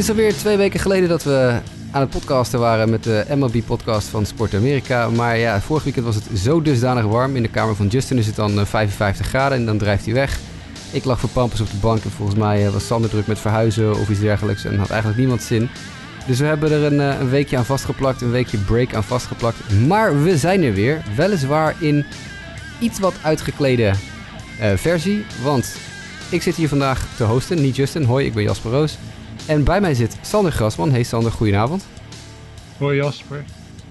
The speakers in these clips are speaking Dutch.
is alweer 2 weken geleden dat we aan het podcasten waren met de MLB-podcast van Sport Amerika. Maar ja, vorig weekend was het zo dusdanig warm. In de kamer van Justin is het dan 55 graden en dan drijft hij weg. Ik lag voor pampers op de bank en volgens mij was Sander druk met verhuizen of iets dergelijks en had eigenlijk niemand zin. Dus we hebben er een weekje aan vastgeplakt, een weekje break aan vastgeplakt. Maar we zijn er weer, weliswaar in iets wat uitgeklede versie. Want ik zit hier vandaag te hosten, niet Justin. Hoi, ik ben Jasper Roos. En bij mij zit Sander Grasman. Hey Sander, goedenavond. Hoi Jasper.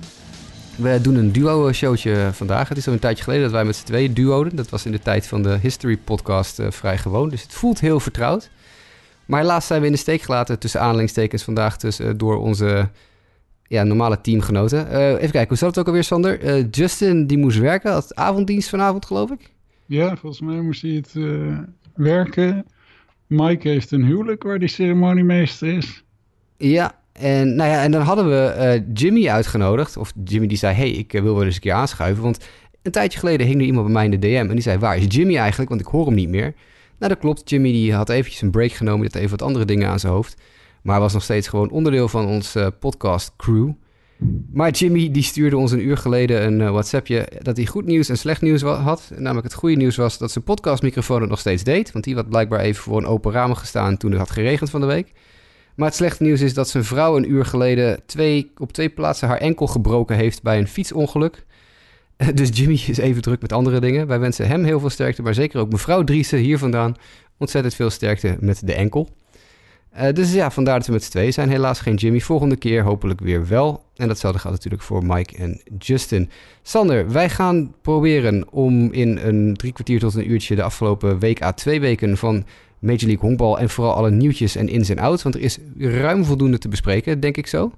We doen een duo-showtje vandaag. Het is al een tijdje geleden dat wij met z'n tweeën duoden. Dat was in de tijd van de History podcast vrij gewoon. Dus het voelt heel vertrouwd. Maar helaas zijn we in de steek gelaten tussen aanhalingstekens vandaag door onze normale teamgenoten. Even kijken, hoe zat het ook alweer, Sander? Justin die moest werken, had avonddienst vanavond, geloof ik. Ja, volgens mij moest hij het werken. Mike heeft een huwelijk waar die ceremoniemeester is. Ja, en dan hadden we Jimmy uitgenodigd. Of Jimmy die zei, hey, ik wil wel eens een keer aanschuiven. Want een tijdje geleden hing er iemand bij mij in de DM en die zei, waar is Jimmy eigenlijk? Want ik hoor hem niet meer. Nou, dat klopt. Jimmy die had eventjes een break genomen. Die had even wat andere dingen aan zijn hoofd. Maar hij was nog steeds gewoon onderdeel van onze podcast crew. Maar Jimmy die stuurde ons een uur geleden een WhatsAppje dat hij goed nieuws en slecht nieuws had. Namelijk het goede nieuws was dat zijn podcastmicrofoon het nog steeds deed. Want die had blijkbaar even voor een open ramen gestaan toen het had geregend van de week. Maar het slechte nieuws is dat zijn vrouw een uur geleden op twee plaatsen haar enkel gebroken heeft bij een fietsongeluk. Dus Jimmy is even druk met andere dingen. Wij wensen hem heel veel sterkte, maar zeker ook mevrouw Driessen hier vandaan ontzettend veel sterkte met de enkel. Dus ja, vandaar dat we met z'n tweeën zijn. Helaas geen Jimmy. Volgende keer hopelijk weer wel. En datzelfde gaat natuurlijk voor Mike en Justin. Sander, wij gaan proberen om in een 3 kwartier tot een uurtje de afgelopen week à 2 weken van Major League Honkbal en vooral alle nieuwtjes en ins en outs. Want er is ruim voldoende te bespreken, denk ik zo.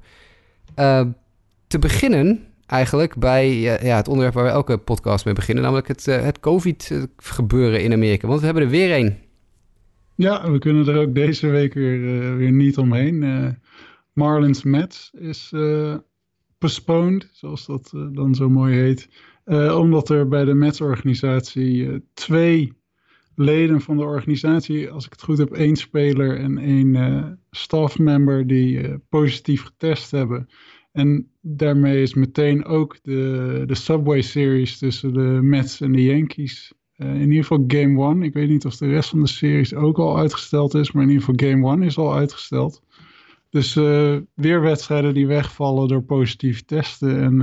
Te beginnen eigenlijk bij het onderwerp waar we elke podcast mee beginnen. Namelijk het COVID-gebeuren in Amerika. Want we hebben er weer een. Ja, we kunnen er ook deze week weer niet omheen. Marlins Mets is postponed, zoals dat dan zo mooi heet. Omdat er bij de Mets-organisatie 2 leden van de organisatie, als ik het goed heb, 1 speler en 1 staffmember die positief getest hebben. En daarmee is meteen ook de Subway Series tussen de Mets en de Yankees. In ieder geval Game 1. Ik weet niet of de rest van de series ook al uitgesteld is, maar in ieder geval Game 1 is al uitgesteld. Dus weer wedstrijden die wegvallen door positieve testen.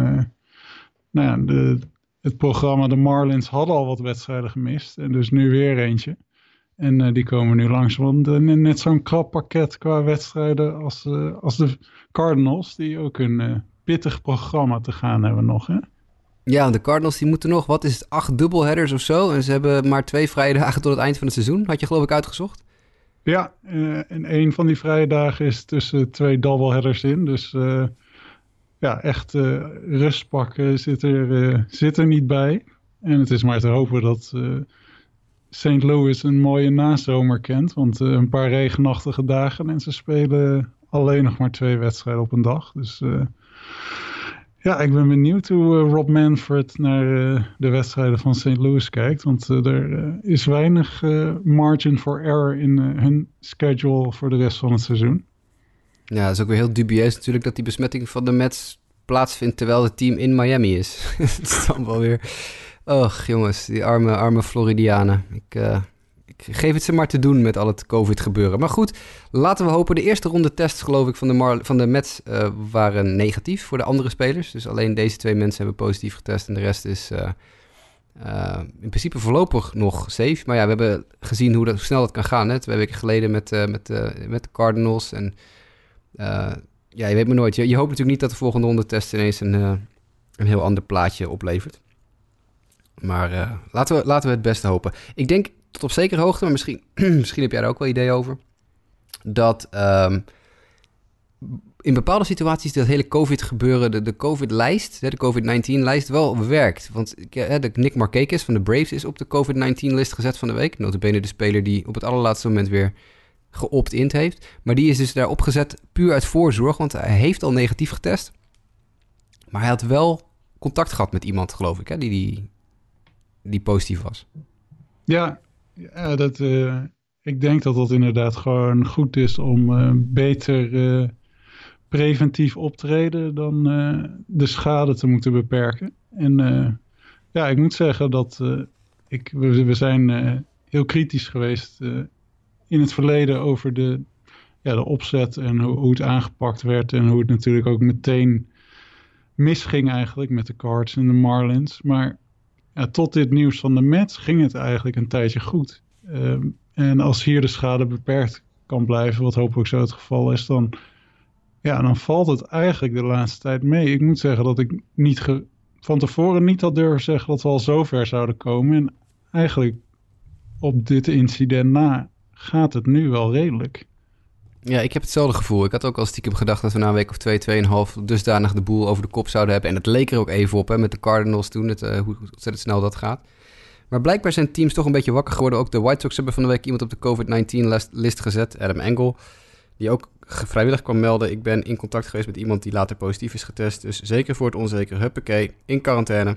En het programma, de Marlins, hadden al wat wedstrijden gemist. En dus nu weer eentje. En die komen nu langs. Want net zo'n krap pakket qua wedstrijden als de Cardinals, die ook een pittig programma te gaan hebben nog, hè? Ja, de Cardinals die moeten nog, 8 dubbelheaders of zo. En ze hebben maar 2 vrije dagen tot het eind van het seizoen. Had je geloof ik uitgezocht? Ja, en 1 van die vrije dagen is tussen 2 doubleheaders in. Dus echt rust pakken zit er niet bij. En het is maar te hopen dat St. Louis een mooie nazomer kent. Want een paar regenachtige dagen en ze spelen alleen nog maar 2 wedstrijden op een dag. Dus ik ben benieuwd hoe Rob Manfred naar de wedstrijden van St. Louis kijkt. Want er is weinig margin for error in hun schedule voor de rest van het seizoen. Ja, het is ook weer heel dubieus natuurlijk dat die besmetting van de Mets plaatsvindt terwijl het team in Miami is. Het is dan wel weer... Och jongens, die arme Floridianen. Ik geef het ze maar te doen met al het COVID gebeuren. Maar goed, laten we hopen. De eerste ronde tests, geloof ik, van de Mets waren negatief voor de andere spelers. Dus alleen deze 2 mensen hebben positief getest. En de rest is in principe voorlopig nog safe. Maar ja, we hebben gezien hoe snel dat kan gaan. Hè? 2 weken geleden met de Cardinals. En je weet maar nooit. Je hoopt natuurlijk niet dat de volgende ronde test ineens een heel ander plaatje oplevert. Maar laten we het beste hopen. Ik denk tot op zekere hoogte, maar misschien heb jij daar ook wel idee over, dat in bepaalde situaties dat hele COVID-gebeuren, de COVID-lijst, de COVID-19-lijst wel werkt. Want de Nick Markakis van de Braves is op de COVID-19-list gezet van de week. Notabene de speler die op het allerlaatste moment weer geopt-in heeft. Maar die is dus daar opgezet puur uit voorzorg, want hij heeft al negatief getest. Maar hij had wel contact gehad met iemand, geloof ik, hè, die positief was. Ja, dat ik denk dat dat inderdaad gewoon goed is om beter preventief optreden dan de schade te moeten beperken. En ja, ik moet zeggen dat we zijn heel kritisch geweest in het verleden over de opzet en hoe het aangepakt werd en hoe het natuurlijk ook meteen misging eigenlijk met de Cards en de Marlins. Maar ja, tot dit nieuws van de Mets ging het eigenlijk een tijdje goed. En als hier de schade beperkt kan blijven, wat hopelijk zo het geval is, dan valt het eigenlijk de laatste tijd mee. Ik moet zeggen dat ik van tevoren niet had durven zeggen dat we al zo ver zouden komen. En eigenlijk op dit incident na gaat het nu wel redelijk. Ja, ik heb hetzelfde gevoel. Ik had ook al stiekem gedacht dat we na een week of 2,5 dusdanig de boel over de kop zouden hebben. En het leek er ook even op, hè, met de Cardinals toen, hoe ontzettend snel dat gaat. Maar blijkbaar zijn teams toch een beetje wakker geworden. Ook de White Sox hebben van de week iemand op de COVID-19-list gezet, Adam Engel, die ook vrijwillig kwam melden. Ik ben in contact geweest met iemand die later positief is getest. Dus zeker voor het onzeker, huppakee, in quarantaine.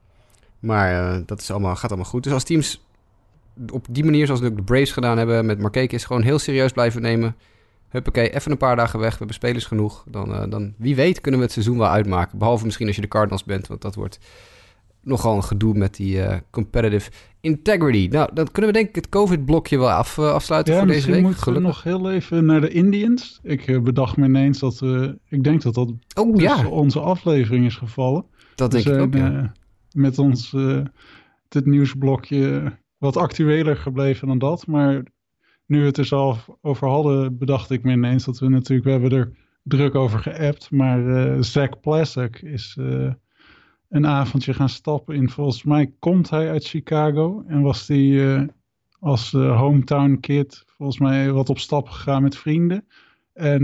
Maar dat gaat allemaal goed. Dus als teams op die manier, zoals ook de Braves gedaan hebben met Markakis, gewoon heel serieus blijven nemen. Huppakee, even een paar dagen weg. We hebben spelers genoeg. Dan wie weet kunnen we het seizoen wel uitmaken. Behalve misschien als je de Cardinals bent, want dat wordt nogal een gedoe met die competitive integrity. Nou, dan kunnen we denk ik het COVID-blokje wel afsluiten voor deze week. Moeten we nog heel even naar de Indians. Ik bedacht me ineens dat ik denk dat tussen onze aflevering is gevallen. Dat denk ik ook, ja. Met ons dit nieuwsblokje wat actueler gebleven dan dat. Maar nu we het er zelf over hadden, bedacht ik me ineens dat we hebben er druk over geappt. Maar Zach Plesac is een avondje gaan stappen volgens mij komt hij uit Chicago. En was hij als hometown kid volgens mij wat op stap gegaan met vrienden. En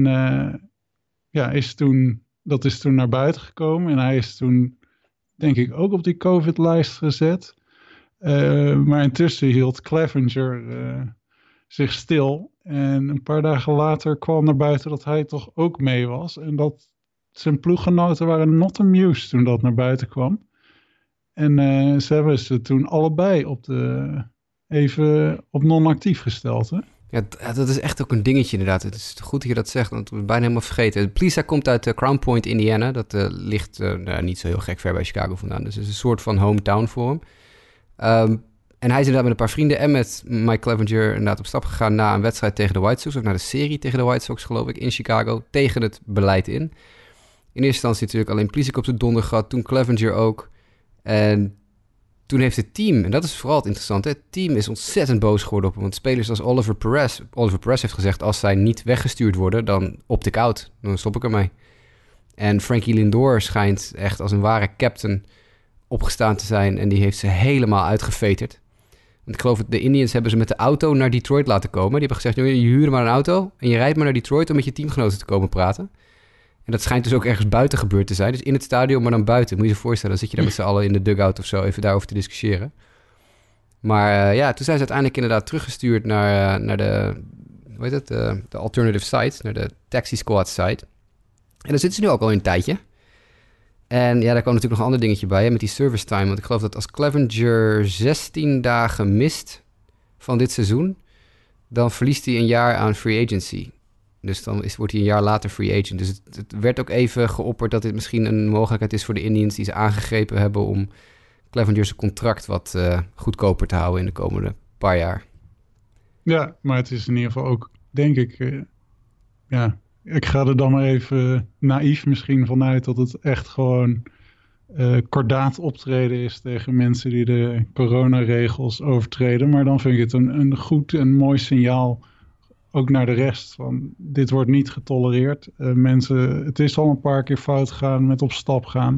dat is toen naar buiten gekomen. En hij is toen denk ik ook op die COVID-lijst gezet. Maar intussen hield Clevenger zich stil. En een paar dagen later kwam naar buiten dat hij toch ook mee was. En dat zijn ploeggenoten waren not amused toen dat naar buiten kwam. En ze hebben ze toen allebei even op non-actief gesteld. Hè? Ja, dat is echt ook een dingetje inderdaad. Het is goed dat je dat zegt, want we bijna helemaal vergeten. Plesac komt uit Crown Point, Indiana. Dat ligt niet zo heel gek ver bij Chicago vandaan. Dus het is een soort van hometown voor hem. En hij is inderdaad met een paar vrienden en met Mike Clevenger inderdaad op stap gegaan na een wedstrijd tegen de White Sox. Of naar de serie tegen de White Sox, geloof ik, in Chicago. Tegen het beleid in. In eerste instantie natuurlijk alleen Plesac op de donder gehad. Toen Clevenger ook. En toen heeft het team, en dat is vooral het interessante, het team is ontzettend boos geworden op hem. Want spelers als Oliver Perez heeft gezegd, als zij niet weggestuurd worden, dan opt ik out. Dan stop ik ermee. En Frankie Lindor schijnt echt als een ware captain opgestaan te zijn. En die heeft ze helemaal uitgeveterd. Want ik geloof dat de Indians hebben ze met de auto naar Detroit laten komen. Die hebben gezegd, je huurt maar een auto en je rijdt maar naar Detroit om met je teamgenoten te komen praten. En dat schijnt dus ook ergens buiten gebeurd te zijn. Dus in het stadion, maar dan buiten. Moet je je voorstellen, dan zit je daar met z'n allen in de dugout of zo even daarover te discussiëren. Maar toen zijn ze uiteindelijk inderdaad teruggestuurd naar de, de alternative site, naar de taxi squad site. En daar zitten ze nu ook al een tijdje. En ja, daar kwam natuurlijk nog een ander dingetje bij, hè, met die service time. Want ik geloof dat als Clevenger 16 dagen mist van dit seizoen, dan verliest hij een jaar aan free agency. Dus dan wordt hij een jaar later free agent. Dus het werd ook even geopperd dat dit misschien een mogelijkheid is voor de Indians die ze aangegrepen hebben om Clevenger's contract wat goedkoper te houden in de komende paar jaar. Ja, maar het is in ieder geval ook, denk ik, ik ga er dan maar even naïef misschien vanuit dat het echt gewoon kordaat optreden is tegen mensen die de coronaregels overtreden. Maar dan vind ik het een goed en mooi signaal ook naar de rest. Van dit wordt niet getolereerd. Mensen, het is al een paar keer fout gegaan met op stap gaan.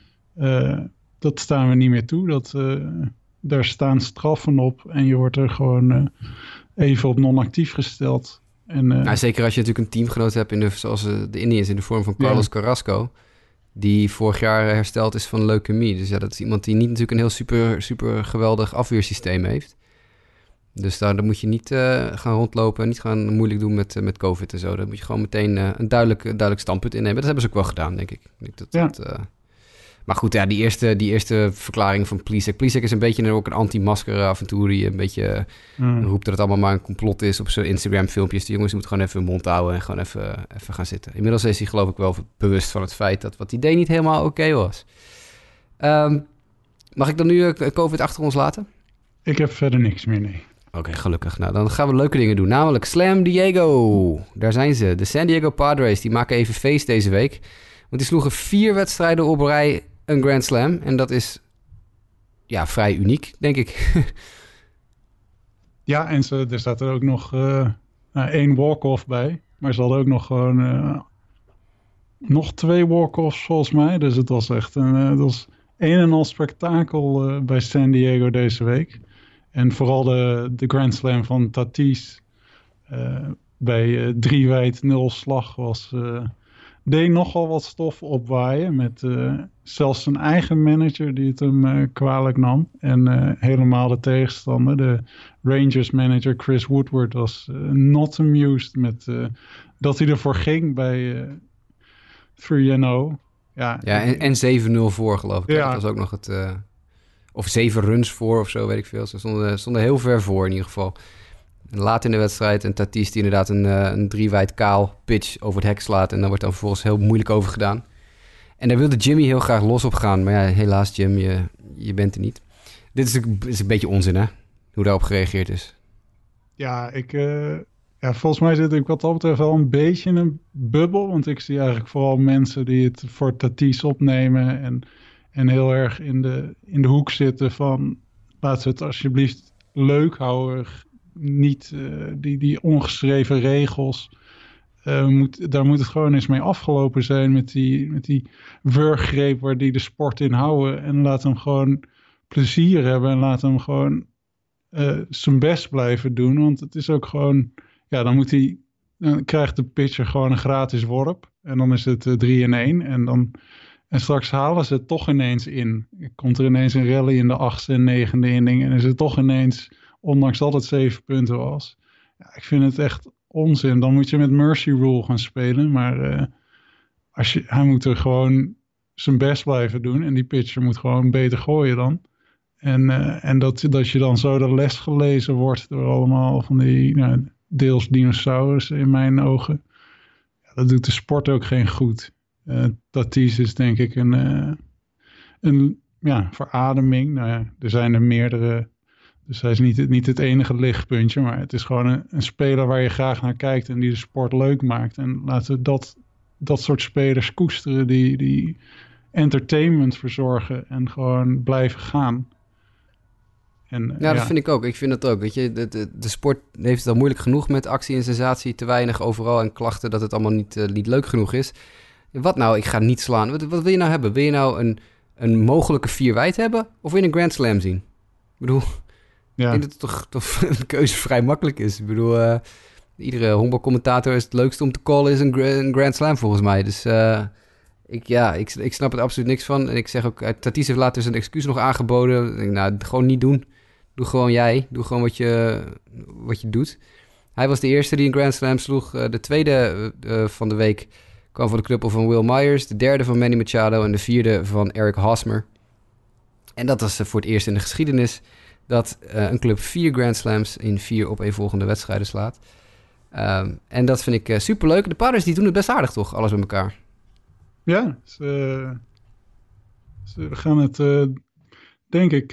Dat staan we niet meer toe. Daar staan straffen op en je wordt er gewoon even op non-actief gesteld. En, zeker als je natuurlijk een teamgenoot hebt zoals de Indians in de vorm van Carlos Carrasco, die vorig jaar hersteld is van leukemie. Dus ja, dat is iemand die niet natuurlijk een heel super, super geweldig afweersysteem heeft. Dus daar moet je niet gaan rondlopen en niet gaan moeilijk doen met COVID en zo. Dan moet je gewoon meteen een duidelijk standpunt innemen. Dat hebben ze ook wel gedaan, denk ik. Maar goed, ja, die eerste verklaring van Plesac. Plesac is een beetje ook een anti-masker af en toe. Die een beetje roept dat het allemaal maar een complot is op zijn Instagram-filmpjes. Die jongens moeten gewoon even hun mond houden en gewoon even gaan zitten. Inmiddels is hij geloof ik wel bewust van het feit dat wat hij deed niet helemaal oké was. Mag ik dan nu COVID achter ons laten? Ik heb verder niks meer, nee. Oké, gelukkig. Nou, dan gaan we leuke dingen doen. Namelijk Slam Diego. Daar zijn ze. De San Diego Padres, die maken even feest deze week. Want die sloegen 4 wedstrijden op rij een Grand Slam. En dat is ja, vrij uniek, denk ik. Ja, en er staat er ook nog 1 walk-off bij. Maar ze hadden ook nog gewoon nog 2 walk-offs volgens mij. Dus het was echt het was een en al spektakel bij San Diego deze week. En vooral de Grand Slam van Tatis bij 3 wijd 0 slag deed nogal wat stof opwaaien. Met zelfs zijn eigen manager die het hem kwalijk nam. En helemaal de tegenstander, de Rangers manager Chris Woodward, was not amused met dat hij ervoor ging bij 3-0. Ja, en 7-0 voor, geloof ik. Ja. Dat was ook nog het... of 7 runs voor of zo, weet ik veel. Ze stonden heel ver voor in ieder geval. Laat in de wedstrijd en Tatis die inderdaad een 3 wijd kaal pitch over het hek slaat. En dan wordt dan vervolgens heel moeilijk over gedaan. En daar wilde Jimmy heel graag los op gaan. Maar ja, helaas Jim, je bent er niet. Dit is een beetje onzin, hè? Hoe daarop gereageerd is. Ja, volgens mij zit ik wat dat betreft wel een beetje in een bubbel. Want ik zie eigenlijk vooral mensen die het voor Tatis opnemen. En heel erg in de hoek zitten van... laten we het alsjeblieft leuk houden. Niet die ongeschreven regels. Daar moet het gewoon eens mee afgelopen zijn met die wurggreep waar die de sport in houden. En laat hem gewoon plezier hebben en laat hem gewoon zijn best blijven doen. Want het is ook gewoon... Ja, dan krijgt de pitcher gewoon een gratis worp. En dan is het 3-1. En straks halen ze het toch ineens in. Komt er ineens een rally in de 8e en 9e inning. En is het toch ineens, ondanks dat het 7 punten was. Ja, ik vind het echt onzin. Dan moet je met Mercy Rule gaan spelen. Maar hij moet er gewoon zijn best blijven doen. En die pitcher moet gewoon beter gooien dan. En dat je dan zo de les gelezen wordt door allemaal van die deels dinosaurussen in mijn ogen. Ja, dat doet de sport ook geen goed. Tatis is denk ik een verademing. Nou ja, er zijn er meerdere. Dus hij is niet het enige lichtpuntje. Maar het is gewoon een speler waar je graag naar kijkt. En die de sport leuk maakt. En laten we dat soort spelers koesteren. Die entertainment verzorgen. En gewoon blijven gaan. Dat vind ik ook. Ik vind dat ook. Weet je, de sport heeft het al moeilijk genoeg met actie en sensatie. Te weinig overal en klachten dat het allemaal niet leuk genoeg is. Wat nou? Ik ga niet slaan. Wat wil je nou hebben? Wil je nou een mogelijke 4 wijd hebben? Of wil je een Grand Slam zien? Ik bedoel, ik denk dat het toch een keuze vrij makkelijk is. Ik bedoel, iedere honkbalcommentator is het leukste om te callen is een Grand Slam volgens mij. Dus ik snap er absoluut niks van. En ik zeg ook, Tatis heeft later zijn excuus nog aangeboden. Ik denk, nou, gewoon niet doen. Doe gewoon jij. Doe gewoon wat je doet. Hij was de eerste die een Grand Slam sloeg. De tweede van de week kwam van de knuppel van Will Myers. De derde van Manny Machado. En de vierde van Eric Hosmer. En dat was voor het eerst in de geschiedenis dat een club 4 Grand Slams in 4 opeenvolgende wedstrijden slaat. En dat vind ik superleuk. De Padres die doen het best aardig toch, alles bij elkaar. Ja, ze gaan het, denk ik...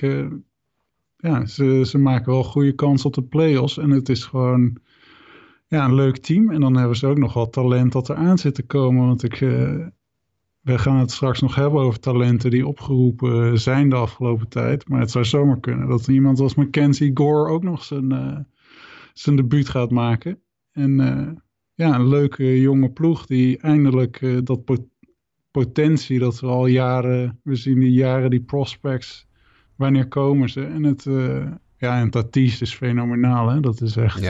ze maken wel goede kans op de play-offs. En het is gewoon een leuk team. En dan hebben ze ook nog wat talent dat er aan zit te komen. Want we gaan het straks nog hebben over talenten die opgeroepen zijn de afgelopen tijd. Maar het zou zomaar kunnen dat iemand als Mackenzie Gore ook nog zijn debuut gaat maken. En een leuke jonge ploeg die eindelijk dat potentie dat we al jaren... We zien die prospects... Wanneer komen ze? En en Tatis is fenomenaal, hè? Dat is echt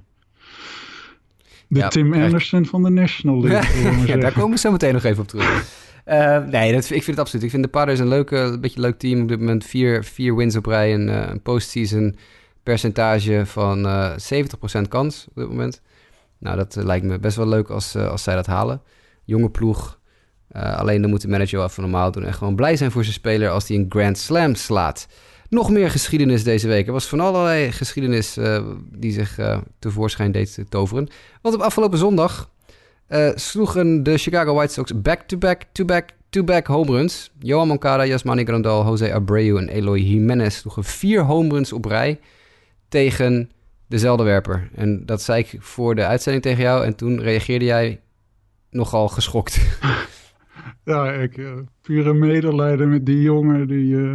Tim Anderson van de National League. Daar komen we zo meteen nog even op terug. Ik vind het absoluut. Ik vind de Padres een beetje leuk team. Op dit moment 4 wins op rij. Een postseason percentage van 70% kans op dit moment. Nou, dat lijkt me best wel leuk als zij dat halen. Jonge ploeg. Alleen dan moet de manager wel even normaal doen en gewoon blij zijn voor zijn speler als hij een Grand Slam slaat. Nog meer geschiedenis deze week. Er was van allerlei geschiedenis die zich tevoorschijn deed te toveren. Want op afgelopen zondag sloegen de Chicago White Sox back-to-back home runs. Yoán Moncada, Yasmani Grandal, Jose Abreu en Eloy Jimenez sloegen 4 home runs op rij tegen dezelfde werper. En dat zei ik voor de uitzending tegen jou en toen reageerde jij nogal geschokt. Ja, ik pure medelijden met die jongen.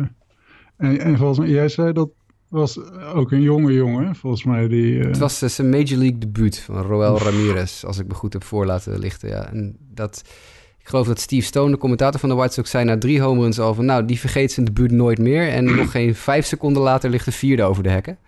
En volgens mij, jij zei dat was ook een jonge jongen, volgens mij. Het was zijn Major League debuut van Roel Ramirez, als ik me goed heb voor laten lichten. Ja. En ik geloof dat Steve Stone, de commentator van de White Sox, zei na 3 home runs al van, nou, die vergeet zijn debuut nooit meer. En nog geen 5 seconden later ligt de 4e over de hekken.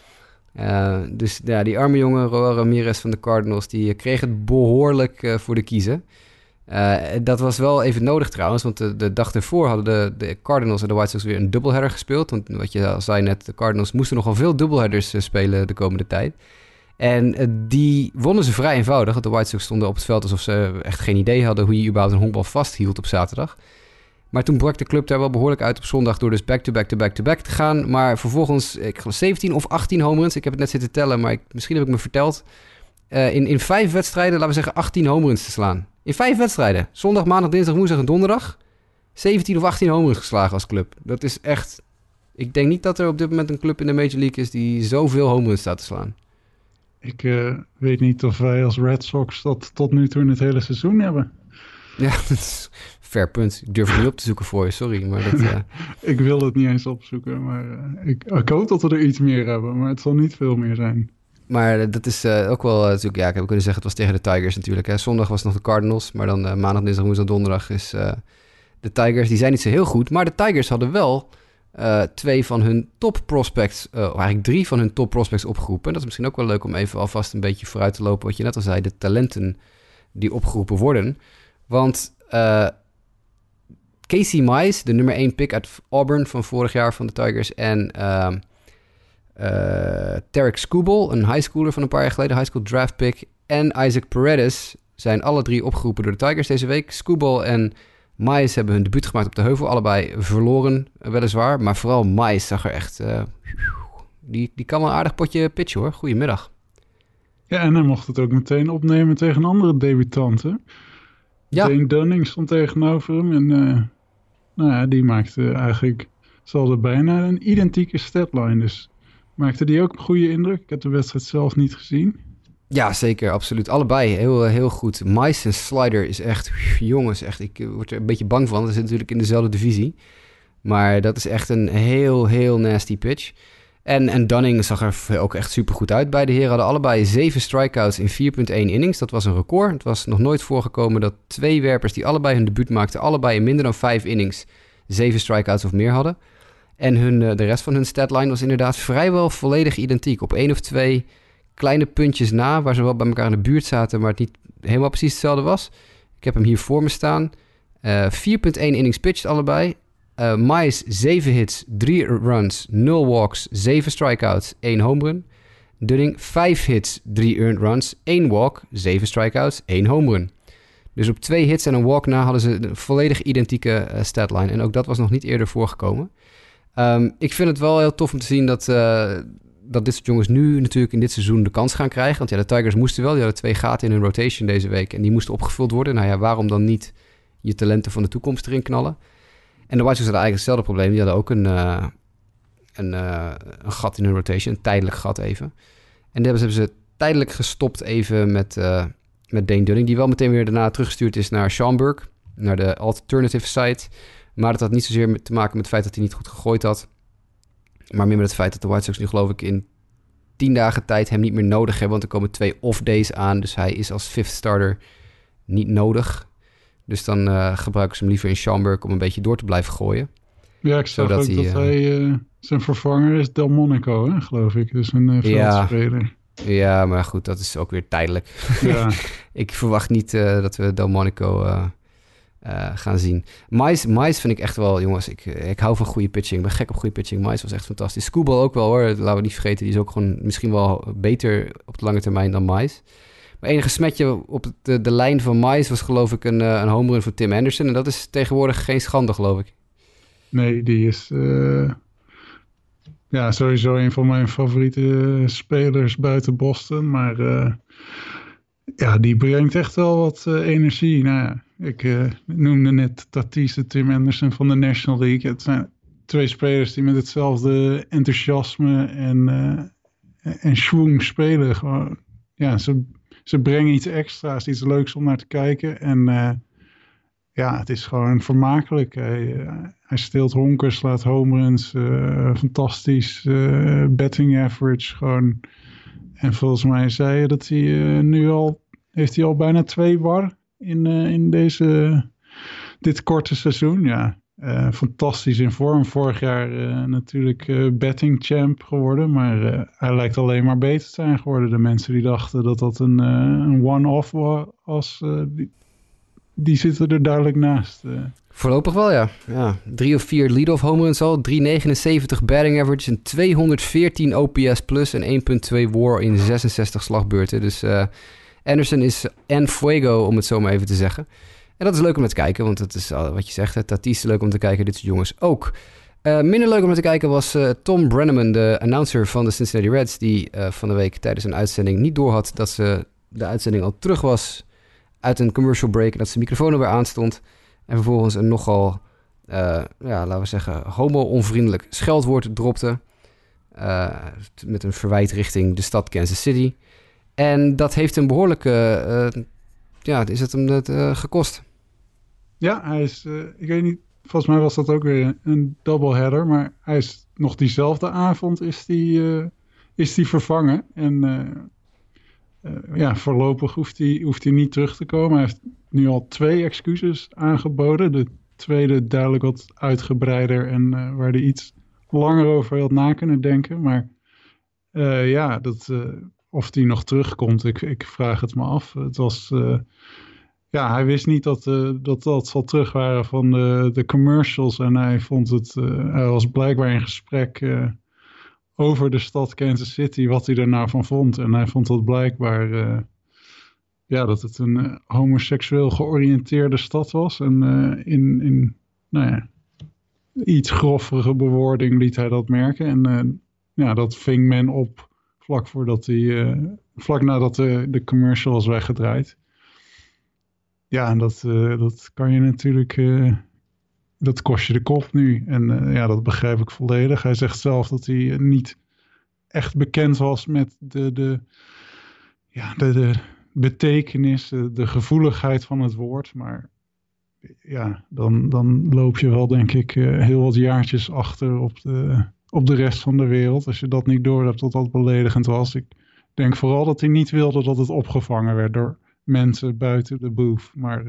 Dus ja, die arme jongen, Roel Ramirez van de Cardinals, die kreeg het behoorlijk voor de kiezen. Dat was wel even nodig trouwens, want de dag ervoor hadden de Cardinals en de White Sox weer een doubleheader gespeeld. Want wat je al zei net, de Cardinals moesten nogal veel doubleheaders spelen de komende tijd. En die wonnen ze vrij eenvoudig, want de White Sox stonden op het veld alsof ze echt geen idee hadden hoe je überhaupt een honkbal vasthield op zaterdag. Maar toen brak de club daar wel behoorlijk uit op zondag door dus back-to-back te gaan. Maar vervolgens, ik geloof 17 of 18 home runs. Ik heb het net zitten tellen, maar misschien heb ik me verteld. In 5 wedstrijden, laten we zeggen 18 home runs te slaan. In 5 wedstrijden. Zondag, maandag, dinsdag, woensdag en donderdag. 17 of 18 home runs geslagen als club. Dat is echt... Ik denk niet dat er op dit moment een club in de Major League is die zoveel home runs staat te slaan. Ik weet niet of wij als Red Sox dat tot nu toe in het hele seizoen hebben. Ja, dat is fair punt. Ik durf het niet op te zoeken voor je, sorry. Maar dat, Ik wil het niet eens opzoeken, maar ik hoop dat we er iets meer hebben. Maar het zal niet veel meer zijn. Maar dat is ook wel natuurlijk... Ja, ik heb kunnen zeggen, het was tegen de Tigers natuurlijk. Hè. Zondag was het nog de Cardinals, maar dan maandag, dinsdag, woensdag, donderdag is de Tigers. Die zijn niet zo heel goed, maar de Tigers hadden wel 2 van hun top prospects, eigenlijk 3 van hun top prospects opgeroepen. En dat is misschien ook wel leuk om even alvast een beetje vooruit te lopen, wat je net al zei, de talenten die opgeroepen worden. Want Casey Mize, de nummer 1 pick uit Auburn van vorig jaar van de Tigers, en Tarek Skubal, een high schooler van een paar jaar geleden, high school draft pick, en Isaac Paredes zijn alle 3 opgeroepen door de Tigers deze week. Skubal en Mize hebben hun debuut gemaakt op de heuvel, allebei verloren weliswaar, maar vooral Mize zag er echt... Die kan wel een aardig potje pitchen hoor. Goedemiddag. Ja, en hij mocht het ook meteen opnemen tegen andere debutanten. Ja. Dane Dunning stond tegenover hem en nou ja, die maakte eigenlijk... Ze hadden bijna een identieke statline, dus maakte die ook een goede indruk. Ik heb de wedstrijd zelf niet gezien. Ja, zeker, absoluut. Allebei heel goed. Mize en slider is echt... Jongens, echt, ik word er een beetje bang van. Dat is natuurlijk in dezelfde divisie. Maar dat is echt een heel nasty pitch. En Dunning zag er ook echt supergoed uit. Beide heren hadden allebei 7 strikeouts in 4,1 innings. Dat was een record. Het was nog nooit voorgekomen dat 2 werpers die allebei hun debuut maakten, allebei in minder dan 5 innings 7 strikeouts of meer hadden. En de rest van hun statline was inderdaad vrijwel volledig identiek. Op 1 of 2 kleine puntjes na, waar ze wel bij elkaar in de buurt zaten, maar het niet helemaal precies hetzelfde was. Ik heb hem hier voor me staan. 4,1 innings pitched allebei. Mize 7 hits, 3 runs, 0 walks, 7 strikeouts, 1 home run. Dunning 5 hits, 3 earned runs, 1 walk, 7 strikeouts, 1 home run. Dus op 2 hits en een walk na hadden ze een volledig identieke statline. En ook dat was nog niet eerder voorgekomen. Ik vind het wel heel tof om te zien dat dit soort jongens nu natuurlijk in dit seizoen de kans gaan krijgen. Want ja, de Tigers moesten wel. Die hadden 2 gaten in hun rotation deze week. En die moesten opgevuld worden. Nou ja, waarom dan niet je talenten van de toekomst erin knallen? En de White Sox hadden eigenlijk hetzelfde probleem. Die hadden ook een gat in hun rotation. Een tijdelijk gat even. En dat hebben ze tijdelijk gestopt even met Dane Dunning. Die wel meteen weer daarna teruggestuurd is naar Schaumburg. Naar de alternative site. Maar dat had niet zozeer te maken met het feit dat hij niet goed gegooid had. Maar meer met het feit dat de White Sox nu geloof ik in 10 dagen tijd hem niet meer nodig hebben. Want er komen 2 off-days aan. Dus hij is als 5th starter niet nodig. Dus dan gebruiken ze hem liever in Schaumburg om een beetje door te blijven gooien. Ja, ik zag ook dat hij zijn vervanger is Delmonico, hè, geloof ik. Dus een veldspeler. Ja, maar goed, dat is ook weer tijdelijk. Ja. Ik verwacht niet dat we Delmonico gaan zien. Mize vind ik echt wel, jongens, ik hou van goede pitching. Ik ben gek op goede pitching. Mize was echt fantastisch. Skubal ook wel hoor, laten we niet vergeten. Die is ook gewoon misschien wel beter op de lange termijn dan Mize. enige smetje op de lijn van Mize was geloof ik een home run voor Tim Anderson. En dat is tegenwoordig geen schande, geloof ik. Nee, die is sowieso een van mijn favoriete spelers buiten Boston. Maar die brengt echt wel wat energie. Nou ja, ik noemde net Tatis en Tim Anderson van de National League. Het zijn twee spelers die met hetzelfde enthousiasme en schwung spelen. Gewoon, ja, ze brengen iets extra's, iets leuks om naar te kijken. En het is gewoon vermakelijk. Hij steelt honkers, slaat home runs, fantastisch betting average. Gewoon. En volgens mij zei je dat hij heeft hij al bijna 2 WAR in dit korte seizoen. Ja, fantastisch in vorm. Vorig jaar natuurlijk betting champ geworden, maar hij lijkt alleen maar beter te zijn geworden. De mensen die dachten dat een one-off was, die zitten er duidelijk naast. Voorlopig wel, ja. 3 of 4 lead-off home runs al, 3,79 batting average, een 214 OPS plus en 1,2 WAR in 66 slagbeurten. Dus Anderson is en fuego, om het zo maar even te zeggen. En dat is leuk om naar te kijken, want dat is wat je zegt. Tatis is leuk om te kijken, dit soort jongens ook. Minder leuk om naar te kijken was Tom Brenneman, de announcer van de Cincinnati Reds, die van de week tijdens een uitzending niet doorhad dat de uitzending al terug was uit een commercial break en dat zijn microfoon er weer aanstond. En vervolgens een nogal, laten we zeggen, homo-onvriendelijk scheldwoord dropte. Met een verwijt richting de stad Kansas City. En dat heeft hem behoorlijk, is het hem gekost. Ja, hij is, ik weet niet, volgens mij was dat ook weer een doubleheader. Maar hij is nog diezelfde avond is die vervangen. En voorlopig hoeft hij niet terug te komen. Hij heeft nu al 2 excuses aangeboden. De tweede duidelijk wat uitgebreider en waar hij iets langer over had na kunnen denken. Maar of hij nog terugkomt, ik vraag het me af. Het was, hij wist niet dat zal terug waren van de commercials. En hij was blijkbaar in gesprek over de stad Kansas City, wat hij er nou van vond. En hij vond dat blijkbaar dat het een homoseksueel georiënteerde stad was. En in iets groffere bewoording liet hij dat merken. En dat ving men op vlak nadat de commercial was weggedraaid. Ja, en dat kan je natuurlijk, dat kost je de kop nu. En dat begrijp ik volledig. Hij zegt zelf dat hij niet echt bekend was met de betekenis, de gevoeligheid van het woord. Maar ja, dan loop je wel, denk ik, heel wat jaartjes achter op de rest van de wereld. Als je dat niet doorhebt dat dat beledigend was. Ik denk vooral dat hij niet wilde dat het opgevangen werd door mensen buiten de booth. Maar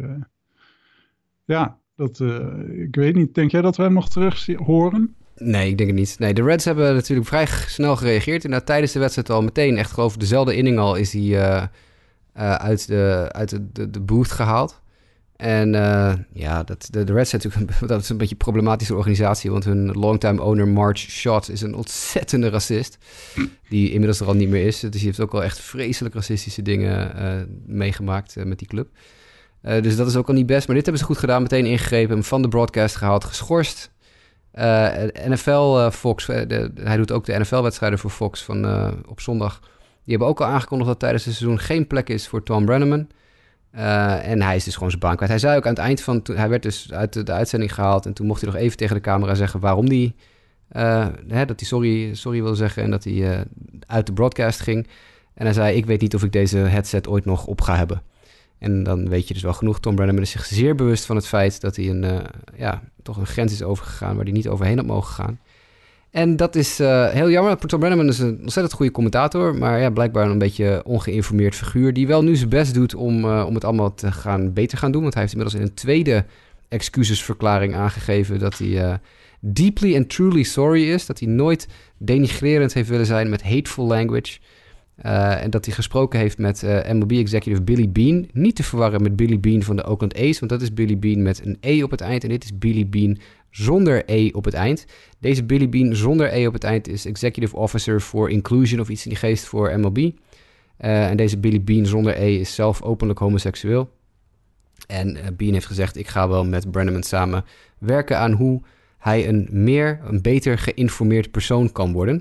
ik weet niet. Denk jij dat we hem nog terug horen? Nee, ik denk het niet. Nee, de Reds hebben natuurlijk vrij snel gereageerd. En tijdens de wedstrijd al meteen, echt geloof ik, dezelfde inning al is hij uit de booth gehaald. En de Reds zijn natuurlijk dat is een beetje een problematische organisatie, want hun longtime owner Marge Schott is een ontzettende racist, die inmiddels er al niet meer is. Dus die heeft ook al echt vreselijk racistische dingen meegemaakt met die club. Dus dat is ook al niet best, maar dit hebben ze goed gedaan, meteen ingegrepen, hem van de broadcast gehaald, geschorst. NFL Fox, hij doet ook de NFL-wedstrijden voor Fox op zondag. Die hebben ook al aangekondigd dat tijdens het seizoen geen plek is voor Tom Brenneman. En hij is dus gewoon zijn baan kwijt. Hij zei ook aan het eind hij werd dus uit de uitzending gehaald en toen mocht hij nog even tegen de camera zeggen waarom hij, dat hij sorry wilde zeggen en dat hij uit de broadcast ging. En hij zei, ik weet niet of ik deze headset ooit nog op ga hebben. En dan weet je dus wel genoeg. Tom Brenneman is zich zeer bewust van het feit dat hij toch een grens is overgegaan waar hij niet overheen had mogen gaan. En dat is heel jammer. Tom Brenneman is een ontzettend goede commentator, maar ja, blijkbaar een beetje ongeïnformeerd figuur die wel nu zijn best doet om het allemaal beter gaan doen. Want hij heeft inmiddels in een tweede excusesverklaring aangegeven dat hij deeply and truly sorry is. Dat hij nooit denigrerend heeft willen zijn met hateful language. En dat hij gesproken heeft met MLB-executive Billy Beane. Niet te verwarren met Billy Beane van de Oakland A's, want dat is Billy Beane met een E op het eind. En dit is Billy Beane zonder E op het eind. Deze Billy Beane zonder E op het eind is Executive Officer for Inclusion of iets in die geest voor MLB. En deze Billy Beane zonder E is zelf openlijk homoseksueel. En Beane heeft gezegd, ik ga wel met Brenneman samen werken aan hoe hij een beter geïnformeerd persoon kan worden.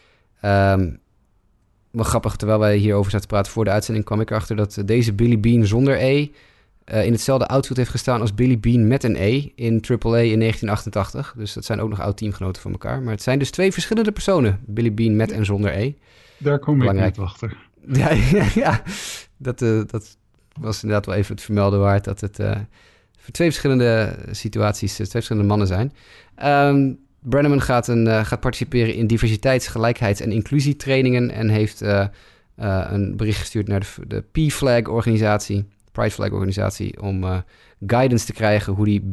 Wel grappig, terwijl wij hierover zaten te praten voor de uitzending, kwam ik erachter dat deze Billy Beane zonder E in hetzelfde outfield heeft gestaan als Billy Beane met een E in AAA in 1988. Dus dat zijn ook nog oud-teamgenoten van elkaar. Maar het zijn dus 2 verschillende personen, Billy Beane met en zonder E. Daar kom ik niet achter. Ja, dat was inderdaad wel even het vermelden waard, dat het voor 2 verschillende situaties, 2 verschillende mannen zijn. Brenneman gaat participeren in diversiteits-, gelijkheids- en inclusietrainingen en heeft een bericht gestuurd naar de P-Flag-organisatie, Pride Flag-organisatie, om guidance te krijgen hoe die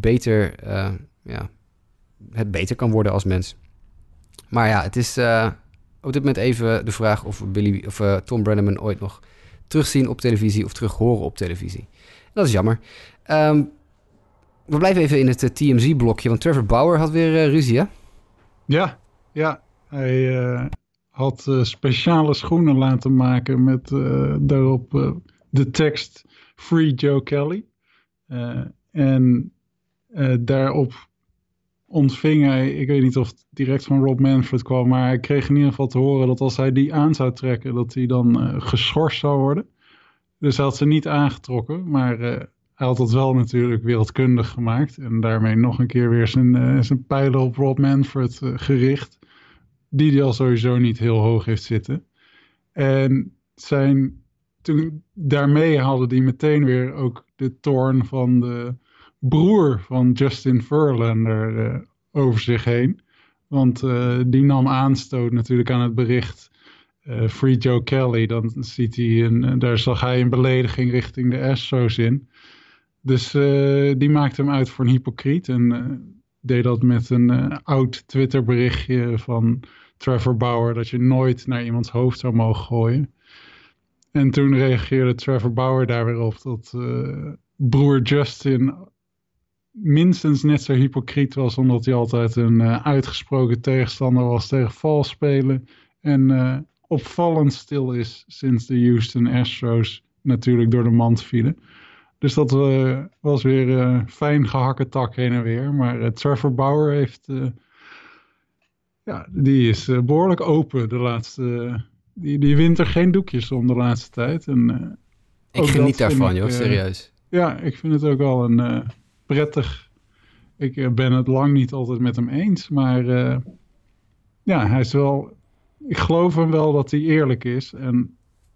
het beter kan worden als mens. Maar ja, het is op dit moment even de vraag of Tom Brenneman ooit nog terugzien op televisie of terug horen op televisie. Dat is jammer. We blijven even in het TMZ-blokje, want Trevor Bauer had weer ruzie, hè? Ja. Hij had speciale schoenen laten maken met daarop de tekst Free Joe Kelly. En daarop ontving hij, ik weet niet of het direct van Rob Manfred kwam, maar hij kreeg in ieder geval te horen dat als hij die aan zou trekken, dat hij dan geschorst zou worden. Dus hij had ze niet aangetrokken, maar hij had dat wel natuurlijk wereldkundig gemaakt. En daarmee nog een keer weer zijn pijlen op Rob Manfred gericht. Die hij al sowieso niet heel hoog heeft zitten. En daarmee hadden die meteen weer ook de toorn van de broer van Justin Verlander over zich heen. Want die nam aanstoot natuurlijk aan het bericht Free Joe Kelly. Dan ziet hij daar zag hij een belediging richting de Astros in. Dus die maakte hem uit voor een hypocriet. En deed dat met een oud Twitter berichtje van Trevor Bauer, dat je nooit naar iemands hoofd zou mogen gooien. En toen reageerde Trevor Bauer daar weer op dat broer Justin minstens net zo hypocriet was, omdat hij altijd een uitgesproken tegenstander was tegen vals spelen. En opvallend stil is sinds de Houston Astros natuurlijk door de mand vielen. Dus dat was weer fijn gehakken tak heen en weer. Maar Trevor Bauer heeft, die is behoorlijk open de laatste. Die wint er geen doekjes om de laatste tijd. En, ik geniet daarvan, joh, serieus. Ja, ik vind het ook wel een prettig. Ik ben het lang niet altijd met hem eens, maar hij is wel. Ik geloof hem wel dat hij eerlijk is. En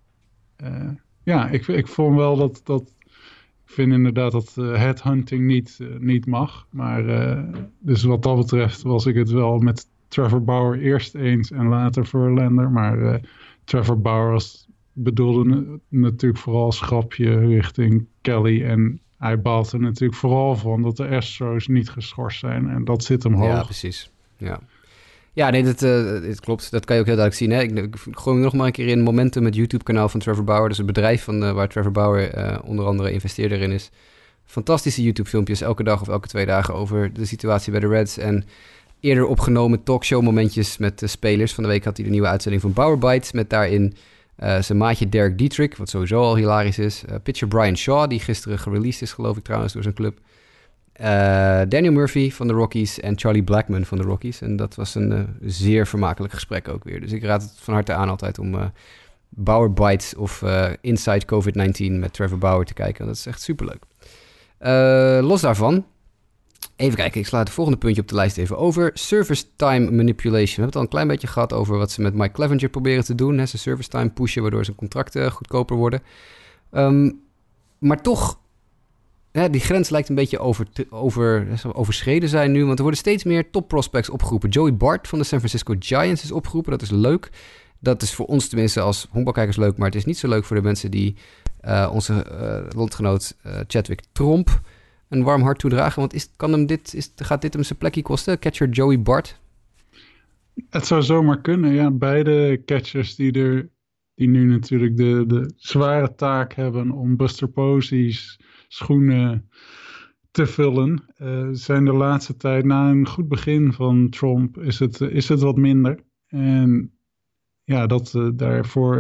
ik vond wel dat. Ik vind inderdaad dat headhunting niet mag. Maar dus wat dat betreft was ik het wel met Trevor Bauer eerst eens en later Verlander. Maar Trevor Bauer bedoelde natuurlijk vooral als grapje richting Kelly. En hij baalt er natuurlijk vooral van dat de Astros niet geschorst zijn. En dat zit hem hoog. Ja, precies. Ja, nee, dit klopt. Dat kan je ook heel duidelijk zien. Hè? Ik gooi hem nog maar een keer in Momentum, het YouTube-kanaal van Trevor Bauer. Dus het bedrijf waar Trevor Bauer onder andere investeerder in is. Fantastische YouTube-filmpjes elke dag of elke 2 dagen over de situatie bij de Reds. En eerder opgenomen talkshow-momentjes met de spelers. Van de week had hij de nieuwe uitzending van Bauer Bites met daarin zijn maatje Derek Dietrich, wat sowieso al hilarisch is. Pitcher Brian Shaw, die gisteren gereleased is, geloof ik trouwens, door zijn club. Daniel Murphy van de Rockies en Charlie Blackmon van de Rockies. En dat was een zeer vermakelijk gesprek ook weer. Dus ik raad het van harte aan altijd om Bauer Bites of Inside COVID-19 met Trevor Bauer te kijken. Dat is echt superleuk. Los daarvan, even kijken, ik sla het volgende puntje op de lijst even over. Service time manipulation. We hebben het al een klein beetje gehad over wat ze met Mike Clevenger proberen te doen. Hè? Zijn service time pushen, waardoor zijn contracten goedkoper worden. Maar toch, die grens lijkt een beetje overschreden zijn nu. Want er worden steeds meer top prospects opgeroepen. Joey Bart van de San Francisco Giants is opgeroepen. Dat is leuk. Dat is voor ons tenminste als honkbalkijkers leuk. Maar het is niet zo leuk voor de mensen die onze landgenoot Chadwick Tromp een warm hart toedragen. Want gaat dit hem zijn plekje kosten? Catcher Joey Bart? Het zou zomaar kunnen, ja. Beide catchers die nu natuurlijk de zware taak hebben om Buster Posey's schoenen te vullen, zijn de laatste tijd, na een goed begin van Trump, is het wat minder. En ja, daarvoor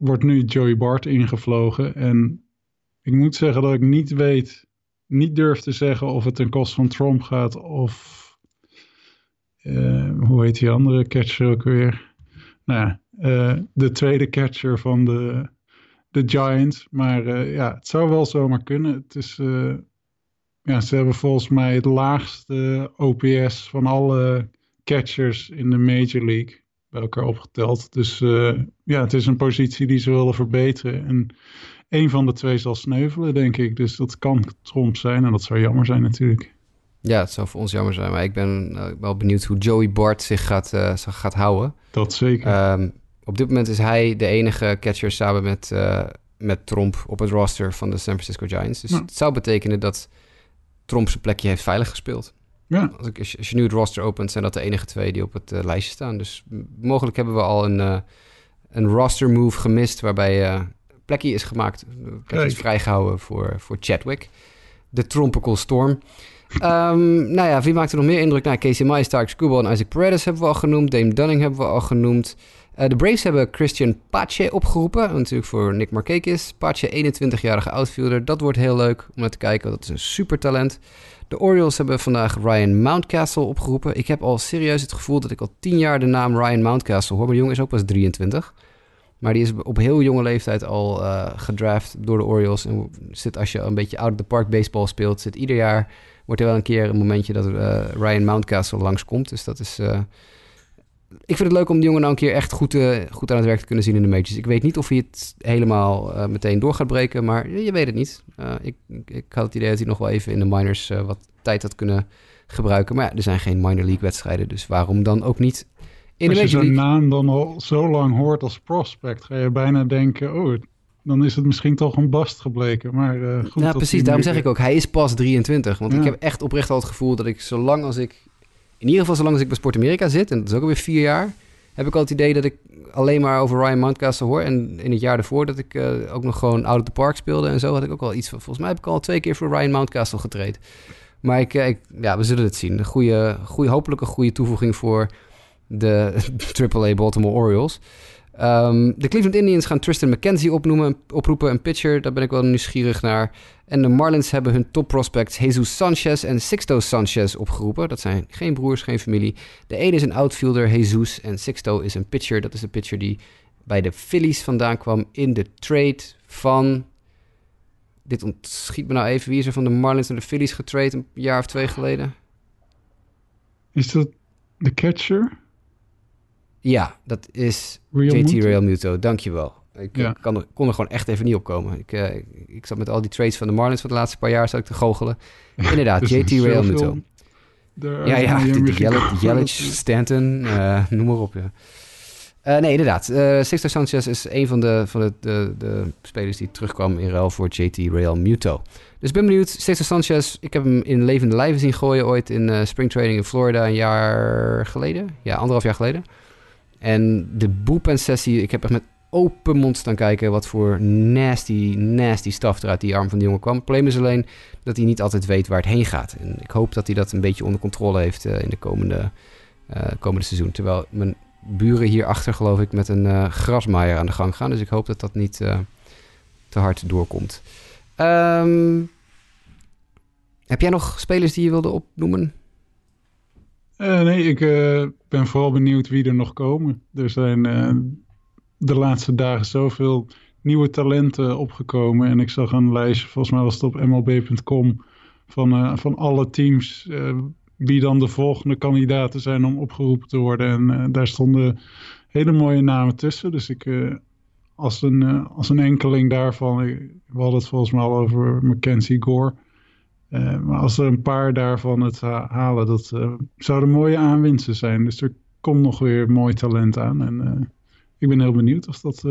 wordt nu Joey Bart ingevlogen. En ik moet zeggen dat ik niet durf te zeggen of het ten koste van Tromp gaat of hoe heet die andere catcher ook weer? Nou ja, de tweede catcher van de Giants. Maar het zou wel zomaar kunnen. Het is, ze hebben volgens mij het laagste OPS van alle catchers in de Major League bij elkaar opgeteld. Dus het is een positie die ze willen verbeteren. En een van de twee zal sneuvelen, denk ik. Dus dat kan Tromp zijn en dat zou jammer zijn natuurlijk. Ja, het zou voor ons jammer zijn. Maar ik ben wel benieuwd hoe Joey Bart zich gaat houden. Dat zeker. Op dit moment is hij de enige catcher samen met Tromp op het roster van de San Francisco Giants. Dus het zou betekenen dat Tromp zijn plekje heeft veilig gespeeld. Ja. Als je nu het roster opent, zijn dat de enige twee die op het lijstje staan. Dus mogelijk hebben we al een roster move gemist waarbij plekje is gemaakt. Plekje is vrijgehouden voor Chadwick. De Tropical Storm. Wie maakt er nog meer indruk? Casey Mize, Tarik Skubal en Isaac Paredes hebben we al genoemd. Dame Dunning hebben we al genoemd. De Braves hebben Christian Pache opgeroepen. Natuurlijk voor Nick Markakis. Pache, 21-jarige outfielder. Dat wordt heel leuk om naar te kijken. Dat is een super talent. De Orioles hebben vandaag Ryan Mountcastle opgeroepen. Ik heb al serieus het gevoel dat ik al 10 jaar de naam Ryan Mountcastle hoor. Maar de jongen is ook pas 23. Maar die is op heel jonge leeftijd al gedraft door de Orioles. En als je een beetje out of the park baseball speelt, ieder jaar wordt er wel een keer een momentje dat Ryan Mountcastle langskomt. Dus dat is... Ik vind het leuk om die jongen nou een keer echt goed aan het werk te kunnen zien in de majors. Ik weet niet of hij het helemaal meteen door gaat breken, maar je weet het niet. Ik had het idee dat hij nog wel even in de minors wat tijd had kunnen gebruiken. Maar ja, er zijn geen minor league wedstrijden, dus waarom dan ook niet in de major league? Als je zo'n naam dan al zo lang hoort als prospect, ga je bijna denken, dan is het misschien toch een bast gebleken. Maar goed. Ja, precies. Daarom zeg ik ook, hij is pas 23. Want ik heb echt oprecht al het gevoel dat ik zolang als ik bij Sport Amerika zit, en dat is ook alweer 4 jaar, heb ik al het idee dat ik alleen maar over Ryan Mountcastle hoor. En in het jaar daarvoor dat ik ook nog gewoon out of the park speelde en zo, had ik ook al iets van, volgens mij heb ik al 2 keer voor Ryan Mountcastle getraind. Maar we zullen het zien. Hopelijk een goede toevoeging voor de AAA Baltimore Orioles. De Cleveland Indians gaan Tristan McKenzie oproepen, een pitcher. Daar ben ik wel nieuwsgierig naar. En de Marlins hebben hun top prospects Jesus Sanchez en Sixto Sanchez opgeroepen. Dat zijn geen broers, geen familie. De ene is een outfielder, Jesus, en Sixto is een pitcher. Dat is de pitcher die bij de Phillies vandaan kwam in de trade van... Dit ontschiet me nou even. Wie is er van de Marlins naar de Phillies getrade een jaar of 2 geleden? Is dat de catcher? Ja, dat is JT Realmuto. Dankjewel. Ik kon er gewoon echt even niet op komen. Ik zat met al die trades van de Marlins van de laatste paar jaar te goochelen. Inderdaad, JT Realmuto. De Yelich, Stanton, noem maar op. Ja. Nee, inderdaad. Sixto Sanchez is een van de spelers die terugkwam in ruil voor JT Realmuto. Dus ik ben benieuwd. Sixto Sanchez, ik heb hem in levende lijven zien gooien ooit in springtraining in Florida een jaar geleden. Ja, 1,5 jaar geleden. En de bullpen-sessie, ik heb echt met open mond staan kijken wat voor nasty stuff er uit die arm van die jongen kwam. Het probleem is alleen dat hij niet altijd weet waar het heen gaat. En ik hoop dat hij dat een beetje onder controle heeft in de komende seizoen. Terwijl mijn buren hierachter, geloof ik, met een grasmaaier aan de gang gaan. Dus ik hoop dat dat niet te hard doorkomt. Heb jij nog spelers die je wilde opnoemen? Nee, ik ben vooral benieuwd wie er nog komen. Er zijn de laatste dagen zoveel nieuwe talenten opgekomen. En ik zag een lijstje, volgens mij was het op MLB.com, van alle teams wie dan de volgende kandidaten zijn om opgeroepen te worden. En daar stonden hele mooie namen tussen. Dus ik, als een enkeling daarvan, we hadden het volgens mij al over Mackenzie Gore. Maar als er een paar daarvan het halen, dat zouden mooie aanwinsten zijn. Dus er komt nog weer mooi talent aan. En ik ben heel benieuwd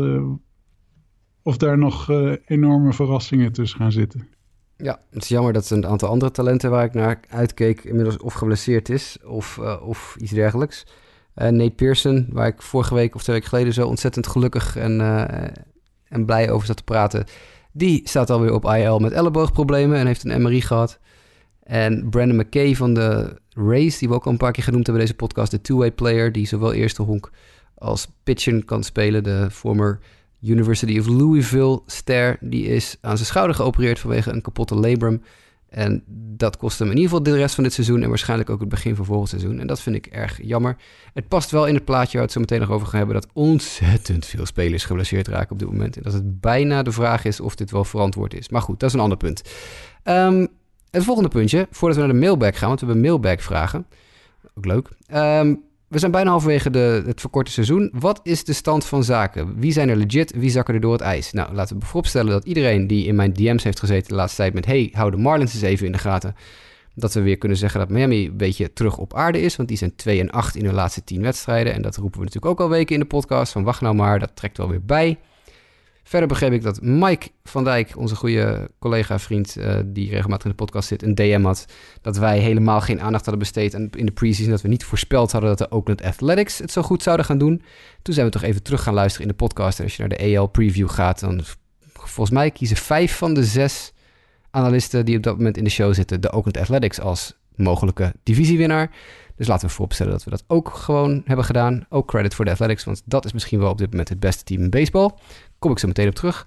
of daar nog enorme verrassingen tussen gaan zitten. Ja, het is jammer dat een aantal andere talenten waar ik naar uitkeek inmiddels of geblesseerd is of iets dergelijks. Nate Pearson, waar ik vorige week of 2 weken geleden zo ontzettend gelukkig en blij over zat te praten. Die staat alweer op IL met elleboogproblemen en heeft een MRI gehad. En Brandon McKay van de Rays, die we ook al een paar keer genoemd hebben in deze podcast, de two-way player, die zowel eerste honk als pitchen kan spelen, de former University of Louisville-ster. Die is aan zijn schouder geopereerd vanwege een kapotte labrum. En dat kost hem in ieder geval de rest van dit seizoen en waarschijnlijk ook het begin van volgend seizoen. En dat vind ik erg jammer. Het past wel in het plaatje waar we het zo meteen nog over gaan hebben, dat ontzettend veel spelers geblesseerd raken op dit moment. En dat het bijna de vraag is of dit wel verantwoord is. Maar goed, dat is een ander punt. Het volgende puntje, voordat we naar de mailbag gaan, want we hebben mailbag-vragen. Ook leuk. We zijn bijna halverwege het verkorte seizoen. Wat is de stand van zaken? Wie zijn er legit? Wie zakken er door het ijs? Nou, laten we vooropstellen dat iedereen die in mijn DM's heeft gezeten de laatste tijd met hey, hou de Marlins eens even in de gaten. Dat we weer kunnen zeggen dat Miami een beetje terug op aarde is. Want die zijn 2-8 in hun laatste 10 wedstrijden. En dat roepen we natuurlijk ook al weken in de podcast. Van wacht nou maar, dat trekt wel weer bij. Verder begreep ik dat Mike van Dijk, onze goede collega-vriend die regelmatig in de podcast zit, een DM had dat wij helemaal geen aandacht hadden besteed in de preseason, dat we niet voorspeld hadden dat de Oakland Athletics het zo goed zouden gaan doen. Toen zijn we toch even terug gaan luisteren in de podcast. En als je naar de AL preview gaat, dan volgens mij kiezen 5 van de 6 analisten die op dat moment in de show zitten de Oakland Athletics als mogelijke divisiewinnaar. Dus laten we vooropstellen dat we dat ook gewoon hebben gedaan. Ook credit voor de Athletics, want dat is misschien wel op dit moment het beste team in baseball. Kom ik zo meteen op terug.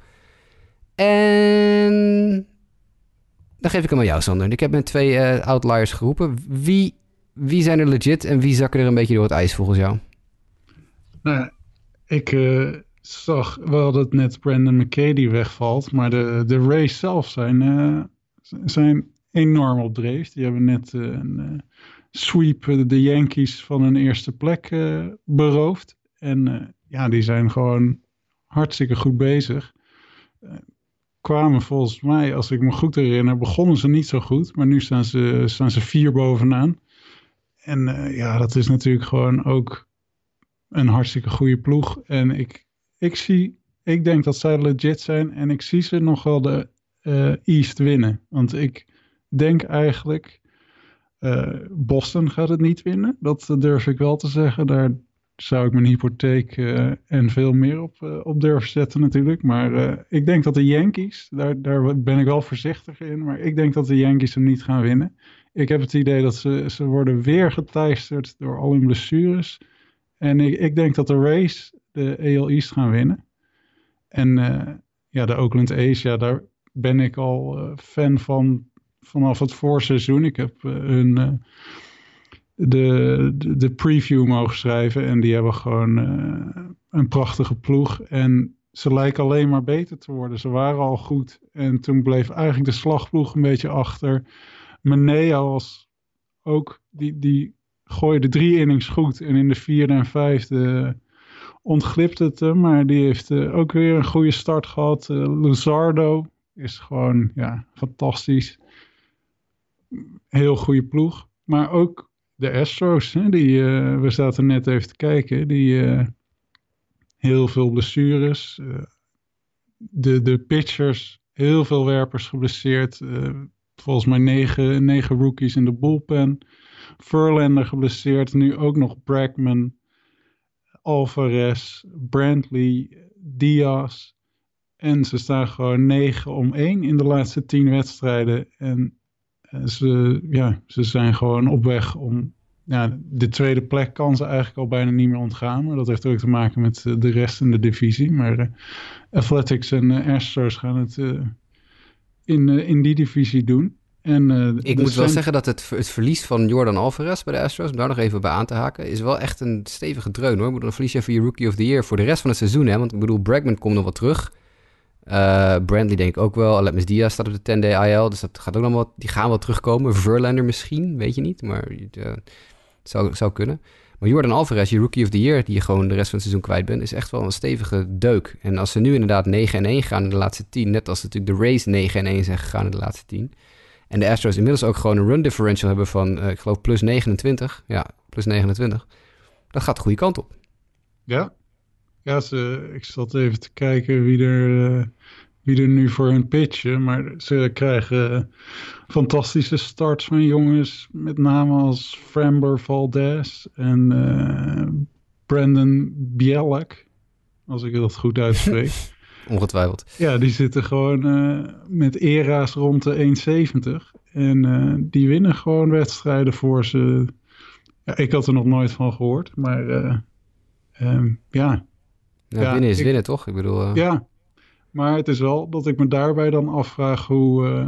En dan geef ik hem aan jou, Sander. Ik heb met 2 outliers geroepen. Wie zijn er legit en wie zakken er een beetje door het ijs volgens jou? Nou, ik zag, we hadden het net Brandon McKay die wegvalt, maar de Rays zelf zijn enorm op dreef. Die hebben net een sweep de Yankees van hun eerste plek beroofd. En die zijn gewoon hartstikke goed bezig. Kwamen volgens mij, als ik me goed herinner, begonnen ze niet zo goed. Maar nu staan ze 4 bovenaan. En dat is natuurlijk gewoon ook een hartstikke goede ploeg. En ik denk dat zij legit zijn. En ik zie ze nog wel de East winnen. Want ik denk eigenlijk, Boston gaat het niet winnen. Dat durf ik wel te zeggen. Daar zou ik mijn hypotheek en veel meer op durven zetten natuurlijk. Maar ik denk dat de Yankees, daar ben ik wel voorzichtig in, maar ik denk dat de Yankees hem niet gaan winnen. Ik heb het idee dat ze worden weer geteisterd door al hun blessures. En ik denk dat de Rays de AL East gaan winnen. En de Oakland A's, daar ben ik al fan van vanaf het voorseizoen. Ik heb hun de preview mogen schrijven en die hebben gewoon een prachtige ploeg. En ze lijken alleen maar beter te worden. Ze waren al goed en toen bleef eigenlijk de slagploeg een beetje achter. Menea was ook, die gooide 3 innings goed en in de 4e en 5e ontglipt het hem. Maar die heeft ook weer een goede start gehad. Luzardo is gewoon fantastisch. Heel goede ploeg. Maar ook de Astros, we zaten net even te kijken, die heel veel blessures. De pitchers, heel veel werpers geblesseerd. Volgens mij 9 rookies in de bullpen. Verlander geblesseerd. Nu ook nog Bregman, Alvarez, Brantley, Diaz. En ze staan gewoon 9-1 in de laatste 10 wedstrijden. En ze zijn gewoon op weg om. De tweede plek kan ze eigenlijk al bijna niet meer ontgaan. Maar dat heeft ook te maken met de rest in de divisie. Maar Athletics en Astros gaan het in die divisie doen. En, ik moet wel zeggen dat het verlies van Jordan Alvarez bij de Astros, om daar nog even bij aan te haken, is wel echt een stevige dreun hoor. Dan verlies je even je Rookie of the Year voor de rest van het seizoen. Hè? Want ik bedoel, Bregman komt nog wel terug. Brantley denk ik ook wel. Aledmys Diaz staat op de 10-day IL. Dus dat gaat ook nog wel. Die gaan wel terugkomen. Verlander misschien, weet je niet. Maar het zou kunnen. Maar Jordan Alvarez, je Rookie of the Year, die je gewoon de rest van het seizoen kwijt bent, is echt wel een stevige deuk. En als ze nu inderdaad 9-1 gaan in de laatste 10, net als natuurlijk de Rays 9-1 zijn gegaan in de laatste 10. En de Astros inmiddels ook gewoon een run differential hebben van, ik geloof, plus 29. Ja, plus 29. Dat gaat de goede kant op. Ja, ik zat even te kijken wie er nu voor hun pitchen. Maar ze krijgen fantastische starts van jongens. Met name als Framber Valdez en Brandon Bielak. Als ik dat goed uitspreek. Ongetwijfeld. Ja, die zitten gewoon met era's rond de 1,70. En die winnen gewoon wedstrijden voor ze. Ja, ik had er nog nooit van gehoord. Maar ja. Ja, winnen is winnen, toch? Ik bedoel... Ja, maar het is wel dat ik me daarbij dan afvraag hoe...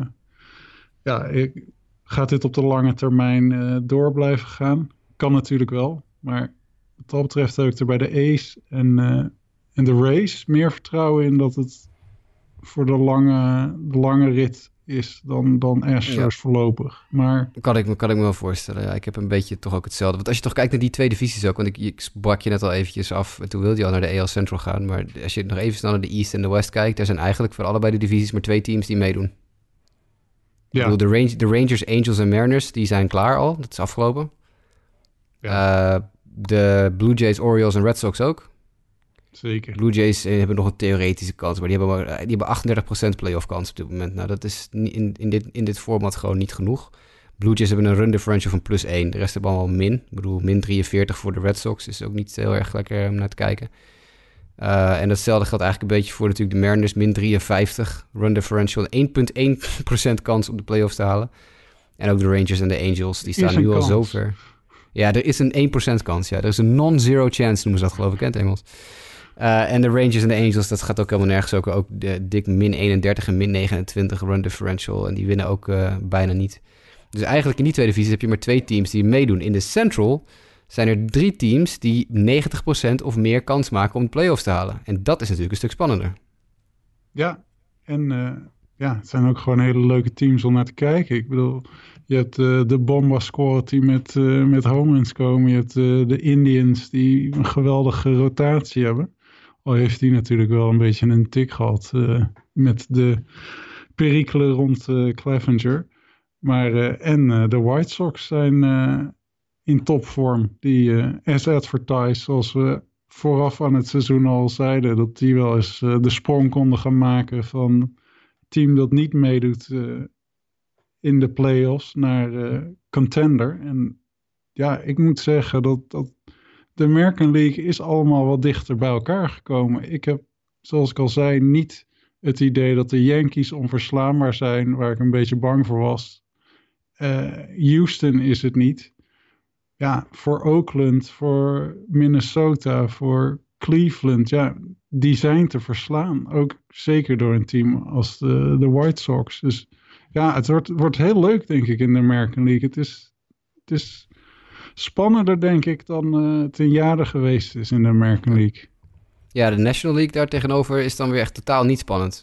gaat dit op de lange termijn door blijven gaan? Kan natuurlijk wel, maar wat dat betreft heb ik er bij de Ace en de Race meer vertrouwen in dat het voor de lange rit is dan Astros voorlopig. Maar... Kan ik me wel voorstellen. Ja, ik heb een beetje toch ook hetzelfde. Want als je toch kijkt naar die twee divisies ook... want ik sprak je net al eventjes af... en toen wilde je al naar de AL Central gaan... maar als je nog even snel naar de East en de West kijkt... daar zijn eigenlijk voor allebei de divisies maar 2 teams die meedoen. Ja. Ik bedoel, de Rangers, Angels en Mariners... die zijn klaar al. Dat is afgelopen. Ja. De Blue Jays, Orioles en Red Sox ook. Zeker. Blue Jays hebben nog een theoretische kans... maar die hebben 38% playoff kans op dit moment. Nou, dat is in dit format gewoon niet genoeg. Blue Jays hebben een run differential van +1. De rest hebben allemaal min. Ik bedoel, -43 voor de Red Sox. Is ook niet heel erg lekker om naar te kijken. En datzelfde geldt eigenlijk een beetje voor natuurlijk de Mariners. -53 run differential. 1,1% kans om de playoffs te halen. En ook de Rangers en de Angels. Die staan nu al zover. Ja, er is een 1% kans. Ja, er is een non-zero chance, noemen ze dat geloof ik in het Engels. En de Rangers en de Angels, dat gaat ook helemaal nergens. Ook dik -31 en -29 run differential. En die winnen ook bijna niet. Dus eigenlijk in die twee divisies heb je maar 2 teams die meedoen. In de Central zijn er 3 teams die 90% of meer kans maken om de playoffs te halen. En dat is natuurlijk een stuk spannender. Ja, en het zijn ook gewoon hele leuke teams om naar te kijken. Ik bedoel, je hebt de Bomba Squad die met home runs komen. Je hebt de Indians die een geweldige rotatie hebben. Al heeft die natuurlijk wel een beetje een tik gehad met de perikelen rond Clevenger. Maar de White Sox zijn in topvorm. Die as advertised, zoals we vooraf aan het seizoen al zeiden, dat die wel eens de sprong konden gaan maken van een team dat niet meedoet in de playoffs naar contender. En ja, ik moet zeggen dat de American League is allemaal wat dichter bij elkaar gekomen. Ik heb, zoals ik al zei, niet het idee dat de Yankees onverslaanbaar zijn, waar ik een beetje bang voor was. Houston is het niet. Ja, voor Oakland, voor Minnesota, voor Cleveland, ja, die zijn te verslaan. Ook zeker door een team als de White Sox. Dus ja, het wordt heel leuk, denk ik, in de American League. Het is spannender, denk ik, dan het een jaren geweest is in de American League. Ja, de National League daar tegenover is dan weer echt totaal niet spannend.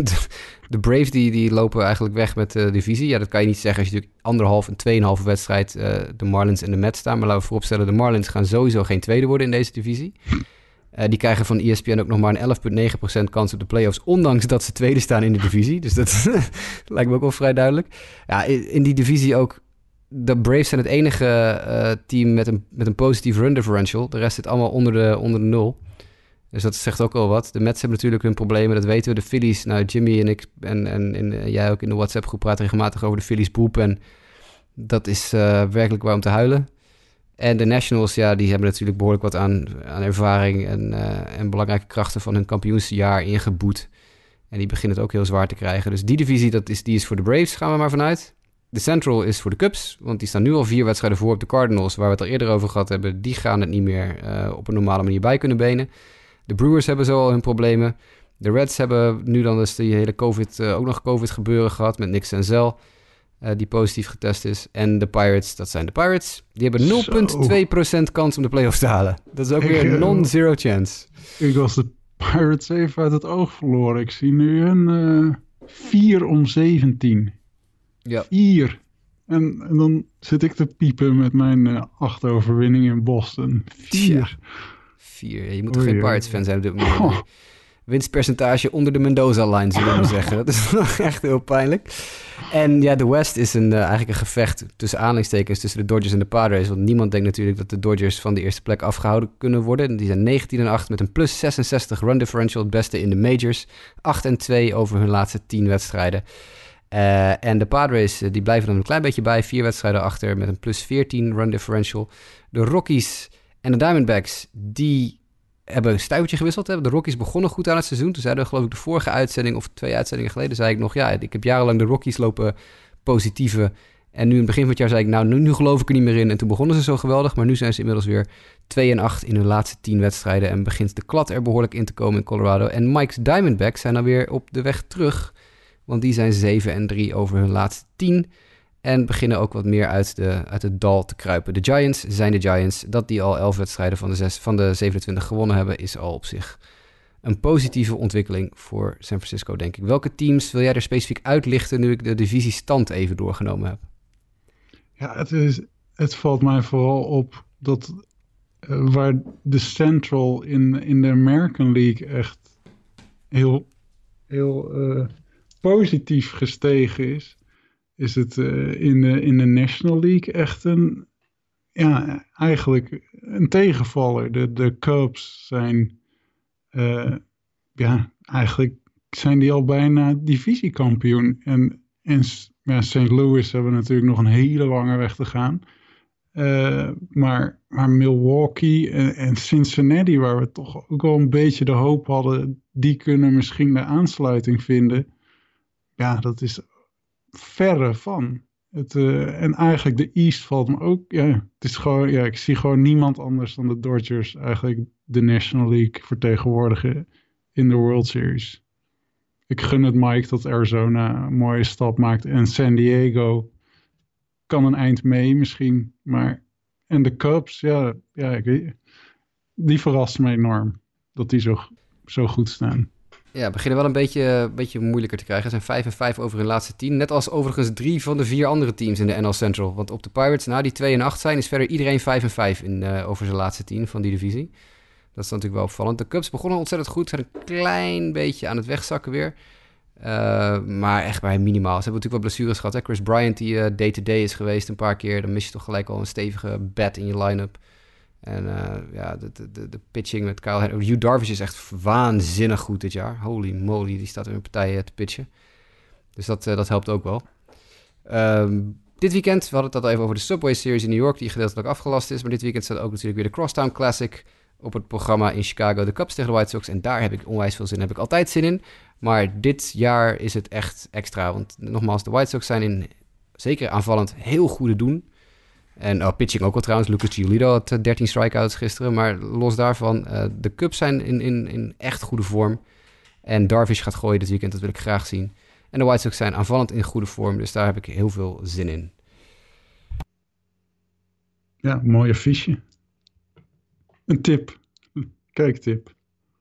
De Braves die lopen eigenlijk weg met de divisie. Ja, dat kan je niet zeggen als je natuurlijk 1,5 en 2,5 wedstrijd de Marlins en de Mets staan. Maar laten we vooropstellen, de Marlins gaan sowieso geen tweede worden in deze divisie. Die krijgen van ESPN ook nog maar een 11,9% kans op de playoffs, ondanks dat ze tweede staan in de divisie. Dus dat lijkt me ook wel vrij duidelijk. Ja, in die divisie ook, de Braves zijn het enige team met een positief run differential. De rest zit allemaal onder de 0. Dus dat zegt ook al wat. De Mets hebben natuurlijk hun problemen, dat weten we. De Phillies, nou Jimmy en ik en jij ook in de WhatsApp-groep praten regelmatig over de Phillies bullpen. Dat is werkelijk waar om te huilen. En de Nationals, ja, die hebben natuurlijk behoorlijk wat aan ervaring en belangrijke krachten van hun kampioensjaar ingeboet. En die beginnen het ook heel zwaar te krijgen. Dus die divisie, die is voor de Braves, gaan we maar vanuit. De Central is voor de Cubs, want die staan nu al 4 wedstrijden voor op de Cardinals, waar we het al eerder over gehad hebben. Die gaan het niet meer op een normale manier bij kunnen benen. De Brewers hebben zo al hun problemen. De Reds hebben nu dan dus die hele ook nog COVID gebeuren gehad met Nick Senzel, die positief getest is. En de Pirates, dat zijn de Pirates. Die hebben 0,2% kans om de playoffs te halen. Dat is ook weer een non-zero chance. Ik was de Pirates even uit het oog verloren. Ik zie nu een 4 om 17. Ja. 4. En dan zit ik te piepen met mijn 8 overwinningen in Boston. 4. 4. Je moet toch geen Pirates-fan zijn op dit moment. Winstpercentage onder de Mendoza-line, zullen we zeggen. Dat is nog echt heel pijnlijk. En ja, de West is eigenlijk een gevecht tussen aanhalingstekens tussen de Dodgers en de Padres. Want niemand denkt natuurlijk dat de Dodgers van de eerste plek afgehouden kunnen worden. Die zijn 19-8 met een +66 run differential, het beste in de majors. 8-2 over hun laatste 10 wedstrijden. En de Padres die blijven dan een klein beetje bij. 4 wedstrijden achter met een +14 run differential. De Rockies en de Diamondbacks, die hebben een stuivertje gewisseld. Hè? De Rockies begonnen goed aan het seizoen. Toen zeiden we geloof ik de vorige uitzending of 2 uitzendingen geleden, zei ik nog, ja, ik heb jarenlang de Rockies lopen positieve En nu in het begin van het jaar zei ik, nou, nu geloof ik er niet meer in. En toen begonnen ze zo geweldig, maar nu zijn ze inmiddels weer 2-8 in hun laatste 10 wedstrijden. En begint de klad er behoorlijk in te komen in Colorado. En Mike's Diamondbacks zijn dan weer op de weg terug, want die zijn 7-3 over hun laatste 10. En beginnen ook wat meer uit het dal te kruipen. De Giants zijn de Giants. Dat die al 11 wedstrijden van de 27 gewonnen hebben, is al op zich een positieve ontwikkeling voor San Francisco, denk ik. Welke teams wil jij er specifiek uitlichten nu ik de divisiestand even doorgenomen heb? Ja, het valt mij vooral op dat waar de Central in de American League echt heel positief gestegen is het in de National League echt eigenlijk een tegenvaller. De Cubs zijn eigenlijk zijn die al bijna divisiekampioen. En St. Louis hebben natuurlijk nog een hele lange weg te gaan. Maar Milwaukee en Cincinnati, waar we toch ook wel een beetje de hoop hadden, die kunnen misschien de aansluiting vinden. Ja, dat is verre van. En eigenlijk de East valt me ook. Ja, het is gewoon, ik zie gewoon niemand anders dan de Dodgers eigenlijk de National League vertegenwoordigen in de World Series. Ik gun het Mike dat Arizona een mooie stap maakt en San Diego kan een eind mee misschien, maar en de Cubs, die verrast me enorm dat die zo goed staan. Ja, beginnen wel een beetje moeilijker te krijgen. Ze zijn 5-5 over hun laatste 10. Net als overigens 3 van de 4 andere teams in de NL Central. Want op de Pirates, die 2-8 zijn, is verder iedereen 5-5 over zijn laatste 10 van die divisie. Dat is natuurlijk wel opvallend. De Cubs begonnen ontzettend goed. Zijn een klein beetje aan het wegzakken weer. Maar echt bij minimaal. Ze hebben natuurlijk wel blessures gehad. Hè? Chris Bryant die day-to-day is geweest een paar keer. Dan mis je toch gelijk al een stevige bat in je line-up. En de pitching met Kyle Hendricks. Yu Darvish is echt waanzinnig goed dit jaar. Holy moly, die staat in een partij te pitchen. Dus dat helpt ook wel. Dit weekend, we hadden het al even over de Subway Series in New York, die gedeeltelijk afgelast is. Maar dit weekend staat ook natuurlijk weer de Crosstown Classic op het programma in Chicago. De Cubs tegen de White Sox. En daar heb ik onwijs veel zin in. Heb ik altijd zin in. Maar dit jaar is het echt extra. Want nogmaals, de White Sox zijn zeker aanvallend heel goede doen. En pitching ook wel trouwens. Lucas Giolito had 13 strikeouts gisteren. Maar los daarvan, de Cubs zijn in echt goede vorm. En Darvish gaat gooien dit weekend, dat wil ik graag zien. En de White Sox zijn aanvallend in goede vorm. Dus daar heb ik heel veel zin in. Ja, mooi affiche. Een tip. Kijktip.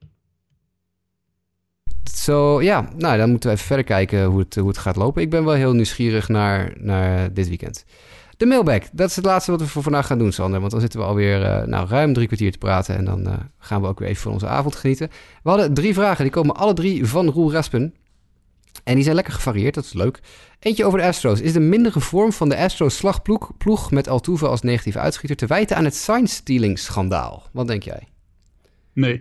Dan moeten we even verder kijken hoe het gaat lopen. Ik ben wel heel nieuwsgierig naar dit weekend. De mailbag, dat is het laatste wat we voor vandaag gaan doen, Sander. Want dan zitten we alweer ruim 3 kwartier te praten. En dan gaan we ook weer even van onze avond genieten. We hadden 3 vragen, die komen alle 3 van Roel Raspen. En die zijn lekker gevarieerd, dat is leuk. Eentje over de Astros. Is de mindere vorm van de Astros slagploeg met Altuve als negatieve uitschieter te wijten aan het sign-stealing-schandaal? Wat denk jij? Nee.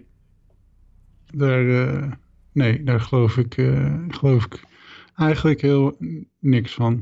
Daar geloof ik eigenlijk heel niks van.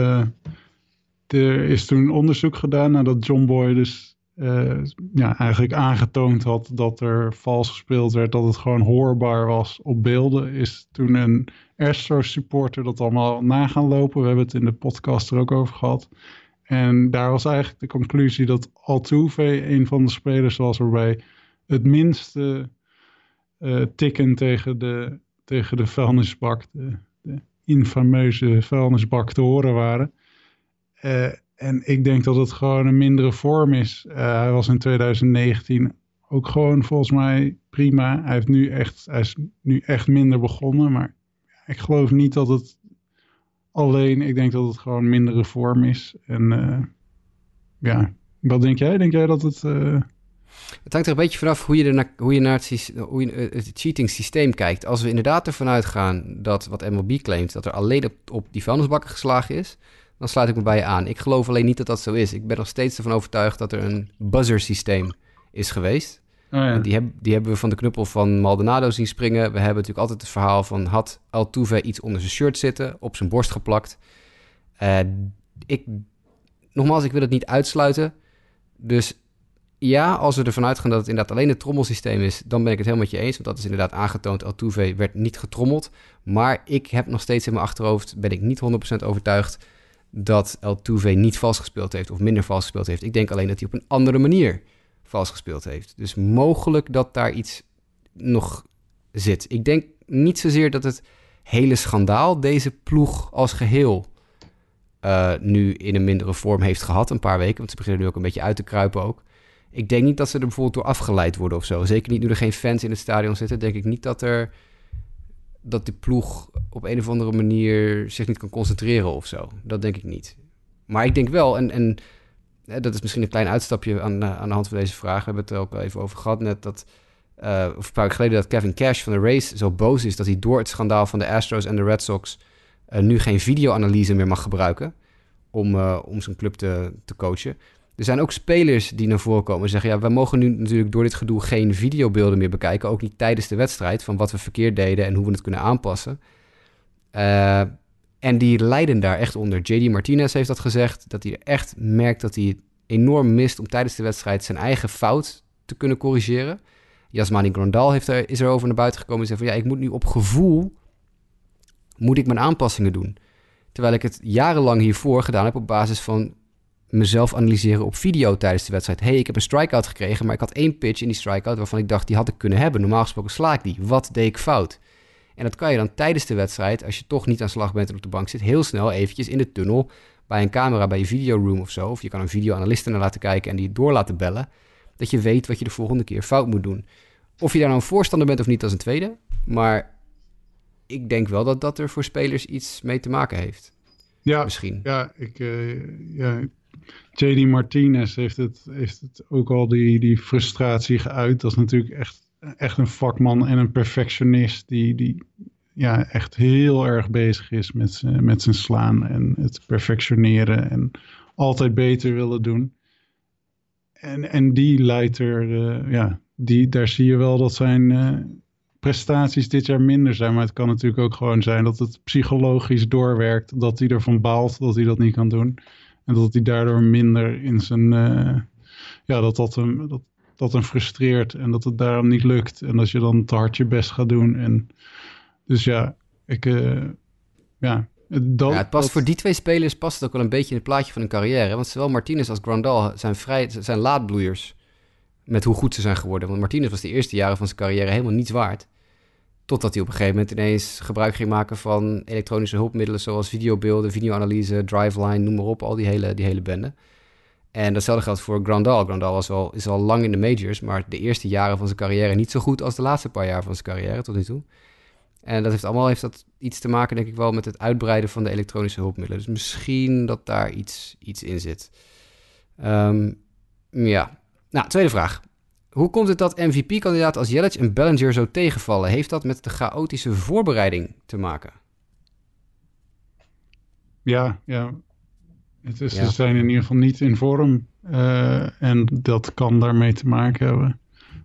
Er is toen onderzoek gedaan nadat John Boy dus eigenlijk aangetoond had dat er vals gespeeld werd, dat het gewoon hoorbaar was op beelden. Is toen een Astros supporter dat allemaal na gaan lopen. We hebben het in de podcast er ook over gehad. En daar was eigenlijk de conclusie dat Altuve een van de spelers was waarbij het minste tikken tegen de vuilnisbak, de infameuze vuilnisbak te horen waren. En ik denk dat het gewoon een mindere vorm is. Hij was in 2019 ook gewoon volgens mij prima. Hij is nu echt minder begonnen. Maar ik geloof niet dat het alleen... Ik denk dat het gewoon mindere vorm is. En wat denk jij? Denk jij dat het... Het hangt er een beetje vanaf hoe je naar het cheating systeem kijkt. Als we inderdaad ervan uitgaan dat wat MLB claimt, dat er alleen op die vuilnisbakken geslagen is, dan sluit ik me bij je aan. Ik geloof alleen niet dat dat zo is. Ik ben nog steeds ervan overtuigd dat er een buzzer systeem is geweest. Oh ja. En die hebben we van de knuppel van Maldonado zien springen. We hebben natuurlijk altijd het verhaal van, had Altuve iets onder zijn shirt zitten, op zijn borst geplakt. Nogmaals, ik wil het niet uitsluiten. Dus ja, als we ervan uitgaan dat het inderdaad alleen het trommelsysteem is, dan ben ik het helemaal met je eens. Want dat is inderdaad aangetoond. Altuve werd niet getrommeld. Maar ik heb nog steeds in mijn achterhoofd, ben ik niet 100% overtuigd dat Altuve niet vals gespeeld heeft of minder vals gespeeld heeft. Ik denk alleen dat hij op een andere manier vals gespeeld heeft. Dus mogelijk dat daar iets nog zit. Ik denk niet zozeer dat het hele schandaal deze ploeg als geheel nu in een mindere vorm heeft gehad een paar weken. Want ze beginnen nu ook een beetje uit te kruipen ook. Ik denk niet dat ze er bijvoorbeeld door afgeleid worden of zo. Zeker niet nu er geen fans in het stadion zitten. Denk ik niet dat de ploeg op een of andere manier zich niet kan concentreren of zo. Dat denk ik niet. Maar ik denk wel, en dat is misschien een klein uitstapje aan de hand van deze vraag. We hebben het er ook al even over gehad net, dat of een paar weken geleden dat Kevin Cash van de Rays zo boos is dat hij door het schandaal van de Astros en de Red Sox nu geen videoanalyse meer mag gebruiken om zijn club te coachen. Er zijn ook spelers die naar voren komen en zeggen, ja, we mogen nu natuurlijk door dit gedoe geen videobeelden meer bekijken, ook niet tijdens de wedstrijd, van wat we verkeerd deden en hoe we het kunnen aanpassen. En die lijden daar echt onder. JD Martinez heeft dat gezegd, dat hij er echt merkt dat hij het enorm mist om tijdens de wedstrijd zijn eigen fout te kunnen corrigeren. Yasmani Grandal is er over naar buiten gekomen en zei van, ja, ik moet nu op gevoel moet ik mijn aanpassingen doen. Terwijl ik het jarenlang hiervoor gedaan heb op basis van mezelf analyseren op video tijdens de wedstrijd. Hey, ik heb een strikeout gekregen, maar ik had 1 pitch in die strikeout waarvan ik dacht, die had ik kunnen hebben. Normaal gesproken sla ik die. Wat deed ik fout? En dat kan je dan tijdens de wedstrijd, als je toch niet aan slag bent en op de bank zit, heel snel eventjes in de tunnel bij een camera, bij je videoroom of zo. Of je kan een videoanalist naar laten kijken en die door laten bellen. Dat je weet wat je de volgende keer fout moet doen. Of je daar nou een voorstander bent of niet, dat is een tweede. Maar ik denk wel dat er voor spelers iets mee te maken heeft. Ja, misschien. Ja, JD Martinez heeft het ook al die frustratie geuit. Dat is natuurlijk echt een vakman en een perfectionist die echt heel erg bezig is met zijn slaan en het perfectioneren en altijd beter willen doen. En die leidt er, daar zie je wel dat zijn prestaties dit jaar minder zijn. Maar het kan natuurlijk ook gewoon zijn dat het psychologisch doorwerkt, dat hij ervan baalt dat hij dat niet kan doen. En dat hij daardoor minder in zijn, dat hem frustreert en dat het daarom niet lukt. En dat je dan te hard je best gaat doen. En dus het past voor die twee spelers past het ook wel een beetje in het plaatje van hun carrière. Want zowel Martinez als Grandal zijn laadbloeiers met hoe goed ze zijn geworden. Want Martinez was de eerste jaren van zijn carrière helemaal niets waard. Totdat hij op een gegeven moment ineens gebruik ging maken van elektronische hulpmiddelen zoals videobeelden, videoanalyse, driveline, noem maar op, al die hele bende. En datzelfde geldt voor Grandal. Grandal is al lang in de majors, maar de eerste jaren van zijn carrière niet zo goed als de laatste paar jaar van zijn carrière tot nu toe. En dat heeft dat iets te maken, denk ik wel, met het uitbreiden van de elektronische hulpmiddelen. Dus misschien dat daar iets in zit. Nou, tweede vraag. Hoe komt het dat MVP-kandidaten als Yelich en Bellinger zo tegenvallen? Heeft dat met de chaotische voorbereiding te maken? Ja. Ze zijn in ieder geval niet in vorm. En dat kan daarmee te maken hebben.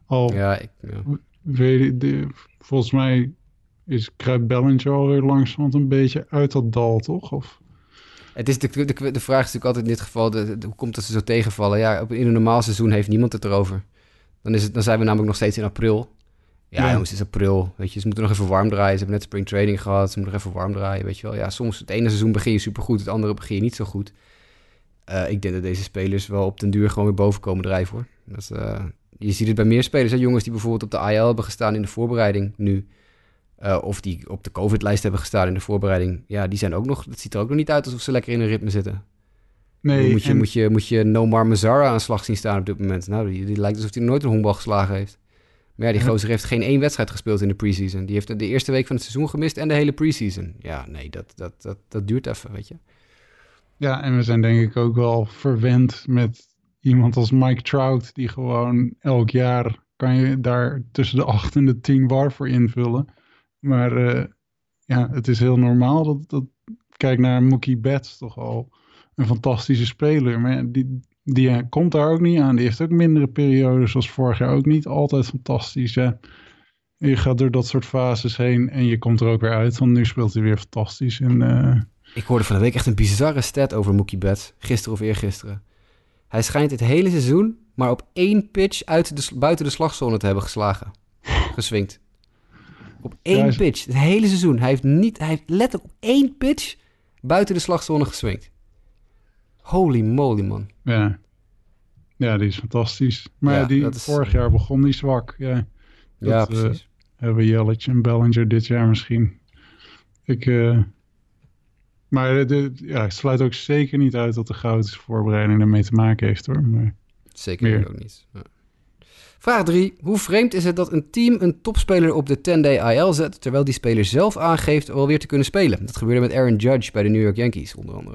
Volgens mij kruipt Bellinger alweer langzamerhand een beetje uit dat dal, toch? Of... Het is de vraag is natuurlijk altijd in dit geval, hoe komt het ze zo tegenvallen? Ja, in een normaal seizoen heeft niemand het erover. Dan zijn we namelijk nog steeds in april. Ja, jongens, het is april. Weet je, ze moeten nog even warm draaien. Ze hebben net spring training gehad. Ze moeten nog even warm draaien, weet je wel. Ja, soms het ene seizoen begin je supergoed, het andere begin je niet zo goed. Ik denk dat deze spelers wel op den duur gewoon weer boven komen drijven, hoor. Je ziet het bij meer spelers, hè? Jongens die bijvoorbeeld op de IL hebben gestaan in de voorbereiding nu. Of die op de COVID-lijst hebben gestaan in de voorbereiding. Ja, die zijn ook nog, het ziet er ook nog niet uit alsof ze lekker in een ritme zitten. Nee, moet je Nomar Mazara aan de slag zien staan op dit moment. Nou, die lijkt alsof hij nooit een honkbal geslagen heeft. Maar ja, die gozer heeft geen 1 wedstrijd gespeeld in de preseason. Die heeft de eerste week van het seizoen gemist en de hele preseason. Ja, nee, dat duurt even, weet je. Ja, en we zijn denk ik ook wel verwend met iemand als Mike Trout, die gewoon elk jaar kan je daar tussen de 8 en de 10 war voor invullen. Maar het is heel normaal dat kijk naar Mookie Betts, toch al een fantastische speler. Maar die komt daar ook niet aan. Die heeft ook mindere periodes, zoals vorig jaar ook niet. Altijd fantastisch, ja. Je gaat door dat soort fases heen en je komt er ook weer uit. Want nu speelt hij weer fantastisch. Ik hoorde van de week echt een bizarre stat over Mookie Betts. Gisteren of eergisteren. Hij schijnt het hele seizoen maar op 1 pitch buiten de slagzone te hebben geslagen. Geswingd. Op 1 pitch. Het hele seizoen. Hij heeft letterlijk op 1 pitch buiten de slagzone geswingd. Holy moly, man. Ja. Ja, die is fantastisch. Maar vorig jaar begon die zwak. Ja, precies. Hebben Jelic en Bellinger dit jaar misschien. Maar ik sluit ook zeker niet uit dat de gouden voorbereiding ermee te maken heeft, hoor. Maar zeker ook niet. Ja. Vraag 3. Hoe vreemd is het dat een team een topspeler op de 10-day IL zet, terwijl die speler zelf aangeeft alweer te kunnen spelen? Dat gebeurde met Aaron Judge bij de New York Yankees, onder andere.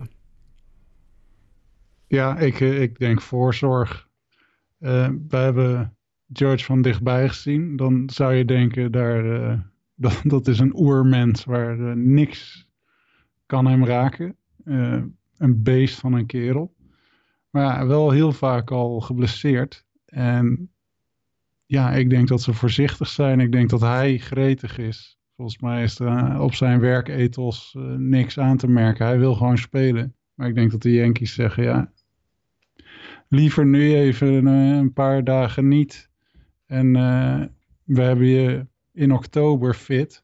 Ja, ik denk voorzorg. We hebben Judge van dichtbij gezien. Dan zou je denken, dat is een oermens waar niks kan hem raken. Een beest van een kerel. Maar ja, wel heel vaak al geblesseerd. En ja, ik denk dat ze voorzichtig zijn. Ik denk dat hij gretig is. Volgens mij is er op zijn werkethos niks aan te merken. Hij wil gewoon spelen. Maar ik denk dat de Yankees zeggen, ja, liever nu even een paar dagen niet. En we hebben je in oktober fit.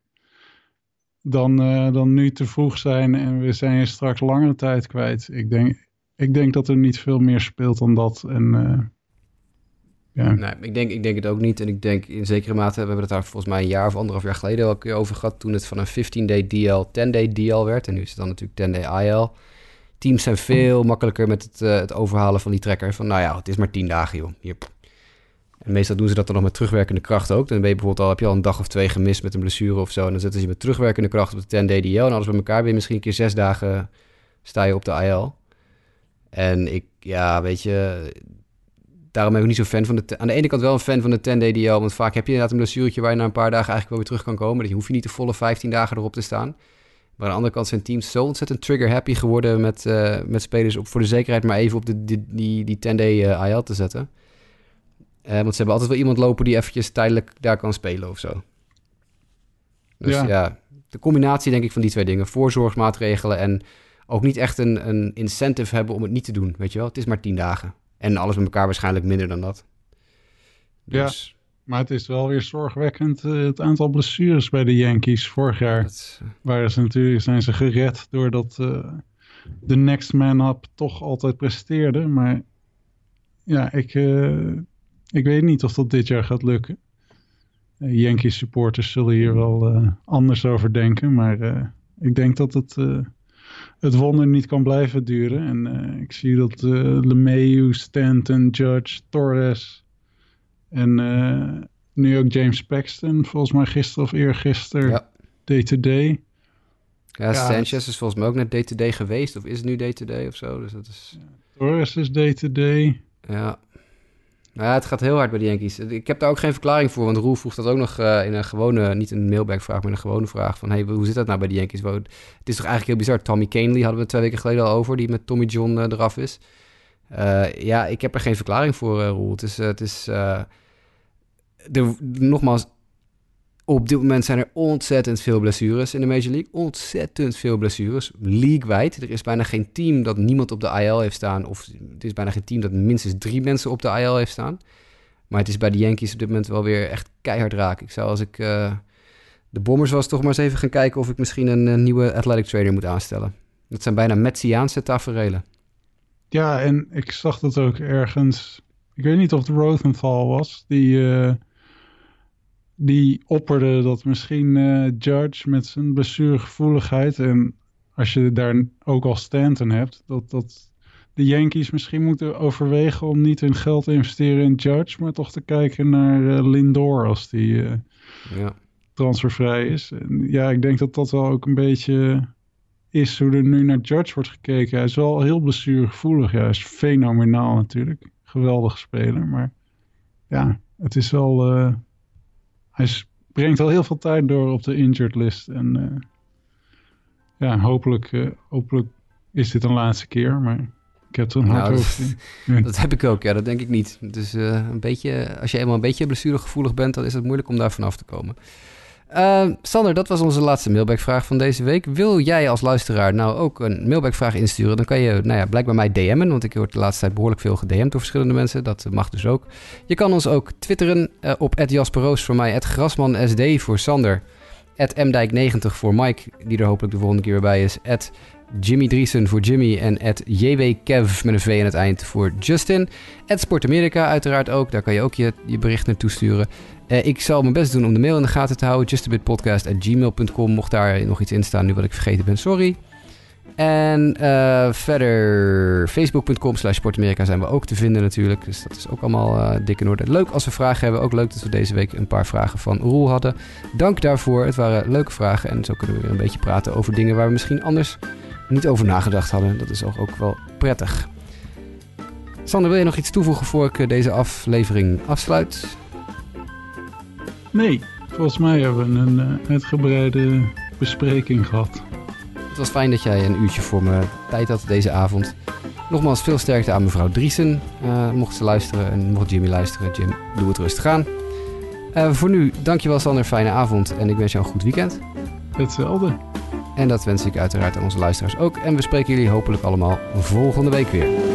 Dan nu te vroeg zijn en we zijn je straks langere tijd kwijt. Ik denk dat er niet veel meer speelt dan dat. En ja. Nee, ik denk het ook niet. En ik denk in zekere mate, we hebben het daar volgens mij een jaar of 1,5 jaar geleden al een keer over gehad, toen het van een 15-day DL 10-day DL werd. En nu is het dan natuurlijk 10-day IL. Teams zijn veel makkelijker met het overhalen van die trekker. Van nou ja, het is maar 10 dagen, joh. Hier. En meestal doen ze dat dan nog met terugwerkende kracht ook. Dan ben je bijvoorbeeld heb je al een dag of 2 gemist met een blessure of zo. En dan zetten ze je met terugwerkende kracht op de 10-day DL. En alles bij elkaar ben je misschien een keer 6 dagen sta je op de IL. En weet je, daarom ben ik niet zo fan van aan de ene kant wel een fan van de 10-day DL, want vaak heb je inderdaad een blessuretje waar je na een paar dagen eigenlijk wel weer terug kan komen. Dan hoef je niet de volle 15 dagen erop te staan. Maar aan de andere kant zijn teams zo ontzettend trigger-happy geworden met spelers voor de zekerheid maar even op die 10-day IL te zetten. Want ze hebben altijd wel iemand lopen die eventjes tijdelijk daar kan spelen of zo. Dus ja, de combinatie denk ik van die twee dingen. Voorzorgsmaatregelen en ook niet echt een incentive hebben om het niet te doen, weet je wel. Het is maar 10 dagen. En alles met elkaar waarschijnlijk minder dan dat. Dus. Ja, maar het is wel weer zorgwekkend het aantal blessures bij de Yankees. Vorig jaar zijn ze gered doordat de next man up toch altijd presteerde. Maar ja, ik weet niet of dat dit jaar gaat lukken. Yankees supporters zullen hier wel anders over denken. Maar ik denk dat het wonder niet kan blijven duren. En ik zie dat LeMahieu, Stanton, Judge, Torres en nu ook James Paxton, volgens mij gisteren of eergisteren, day-to-day. Ja, Sanchez is volgens mij ook net day-to-day geweest, of is het nu day-to-day of zo. Dus dat is... Torres is day-to-day. Ja. Nou ja, het gaat heel hard bij de Yankees. Ik heb daar ook geen verklaring voor, want Roel vroeg dat ook nog in een gewone, niet een mailback-vraag, maar een gewone vraag van, hey, hoe zit dat nou bij de Yankees? Het is toch eigenlijk heel bizar. Tommy Kahnle hadden we 2 weken geleden al over, die met Tommy John eraf is. Ja, ik heb er geen verklaring voor, Roel. Nogmaals, op dit moment zijn er ontzettend veel blessures in de Major League. Ontzettend veel blessures, league-wijd. Er is bijna geen team dat niemand op de IL heeft staan. Of het is bijna geen team dat minstens 3 mensen op de IL heeft staan. Maar het is bij de Yankees op dit moment wel weer echt keihard raak. Ik zou als ik de Bombers was toch maar eens even gaan kijken of ik misschien een nieuwe athletic trainer moet aanstellen. Dat zijn bijna Metsiaanse taferelen. Ja, en ik zag dat ook ergens. Ik weet niet of het Rosenthal was. Die opperde dat misschien Judge met zijn blessuregevoeligheid, en als je daar ook al Stanton hebt, dat de Yankees misschien moeten overwegen om niet hun geld te investeren in Judge, maar toch te kijken naar Lindor als die transfervrij is. En ja, ik denk dat dat wel ook een beetje is hoe er nu naar Judge wordt gekeken. Hij is wel heel blessuregevoelig. Ja, hij is fenomenaal natuurlijk. Geweldige speler, maar ja, het is wel... Hij brengt al heel veel tijd door op de injured list. En ja, hopelijk is dit een laatste keer. Maar ik heb er een hard over. Dat heb ik ook, ja, dat denk ik niet. Dus een beetje, als je eenmaal een beetje blessuregevoelig bent, dan is het moeilijk om daar vanaf te komen. Sander, dat was onze laatste mailbackvraag van deze week. Wil jij als luisteraar nou ook een mailbackvraag insturen? Dan kan je blijkbaar mij DM'en, want ik word de laatste tijd behoorlijk veel gedM'd door verschillende mensen. Dat mag dus ook. Je kan ons ook twitteren op @jasperroos voor mij, @grasmansd voor Sander, @mdijk90 voor Mike, die er hopelijk de volgende keer weer bij is, Jimmy Driesen voor Jimmy en @jwkev met een V aan het eind voor Justin. @SportAmerica uiteraard ook, daar kan je ook je bericht naartoe sturen. Ik zal mijn best doen om de mail in de gaten te houden. justabitpodcast@gmail.com. Mocht daar nog iets in staan nu wat ik vergeten ben, sorry. En verder facebook.com/sportamerika zijn we ook te vinden natuurlijk. Dus dat is ook allemaal dik in orde. Leuk als we vragen hebben. Ook leuk dat we deze week een paar vragen van Roel hadden. Dank daarvoor. Het waren leuke vragen. En zo kunnen we weer een beetje praten over dingen waar we misschien anders niet over nagedacht hadden. Dat is ook wel prettig. Sander, wil je nog iets toevoegen voor ik deze aflevering afsluit? Nee, volgens mij hebben we een uitgebreide bespreking gehad. Het was fijn dat jij een uurtje voor me tijd had deze avond. Nogmaals, veel sterkte aan mevrouw Driesen. Mocht ze luisteren en mocht Jimmy luisteren, Jim, doe het rustig aan. Voor nu, dankjewel Sander, fijne avond en ik wens jou een goed weekend. Hetzelfde. En dat wens ik uiteraard aan onze luisteraars ook. En we spreken jullie hopelijk allemaal volgende week weer.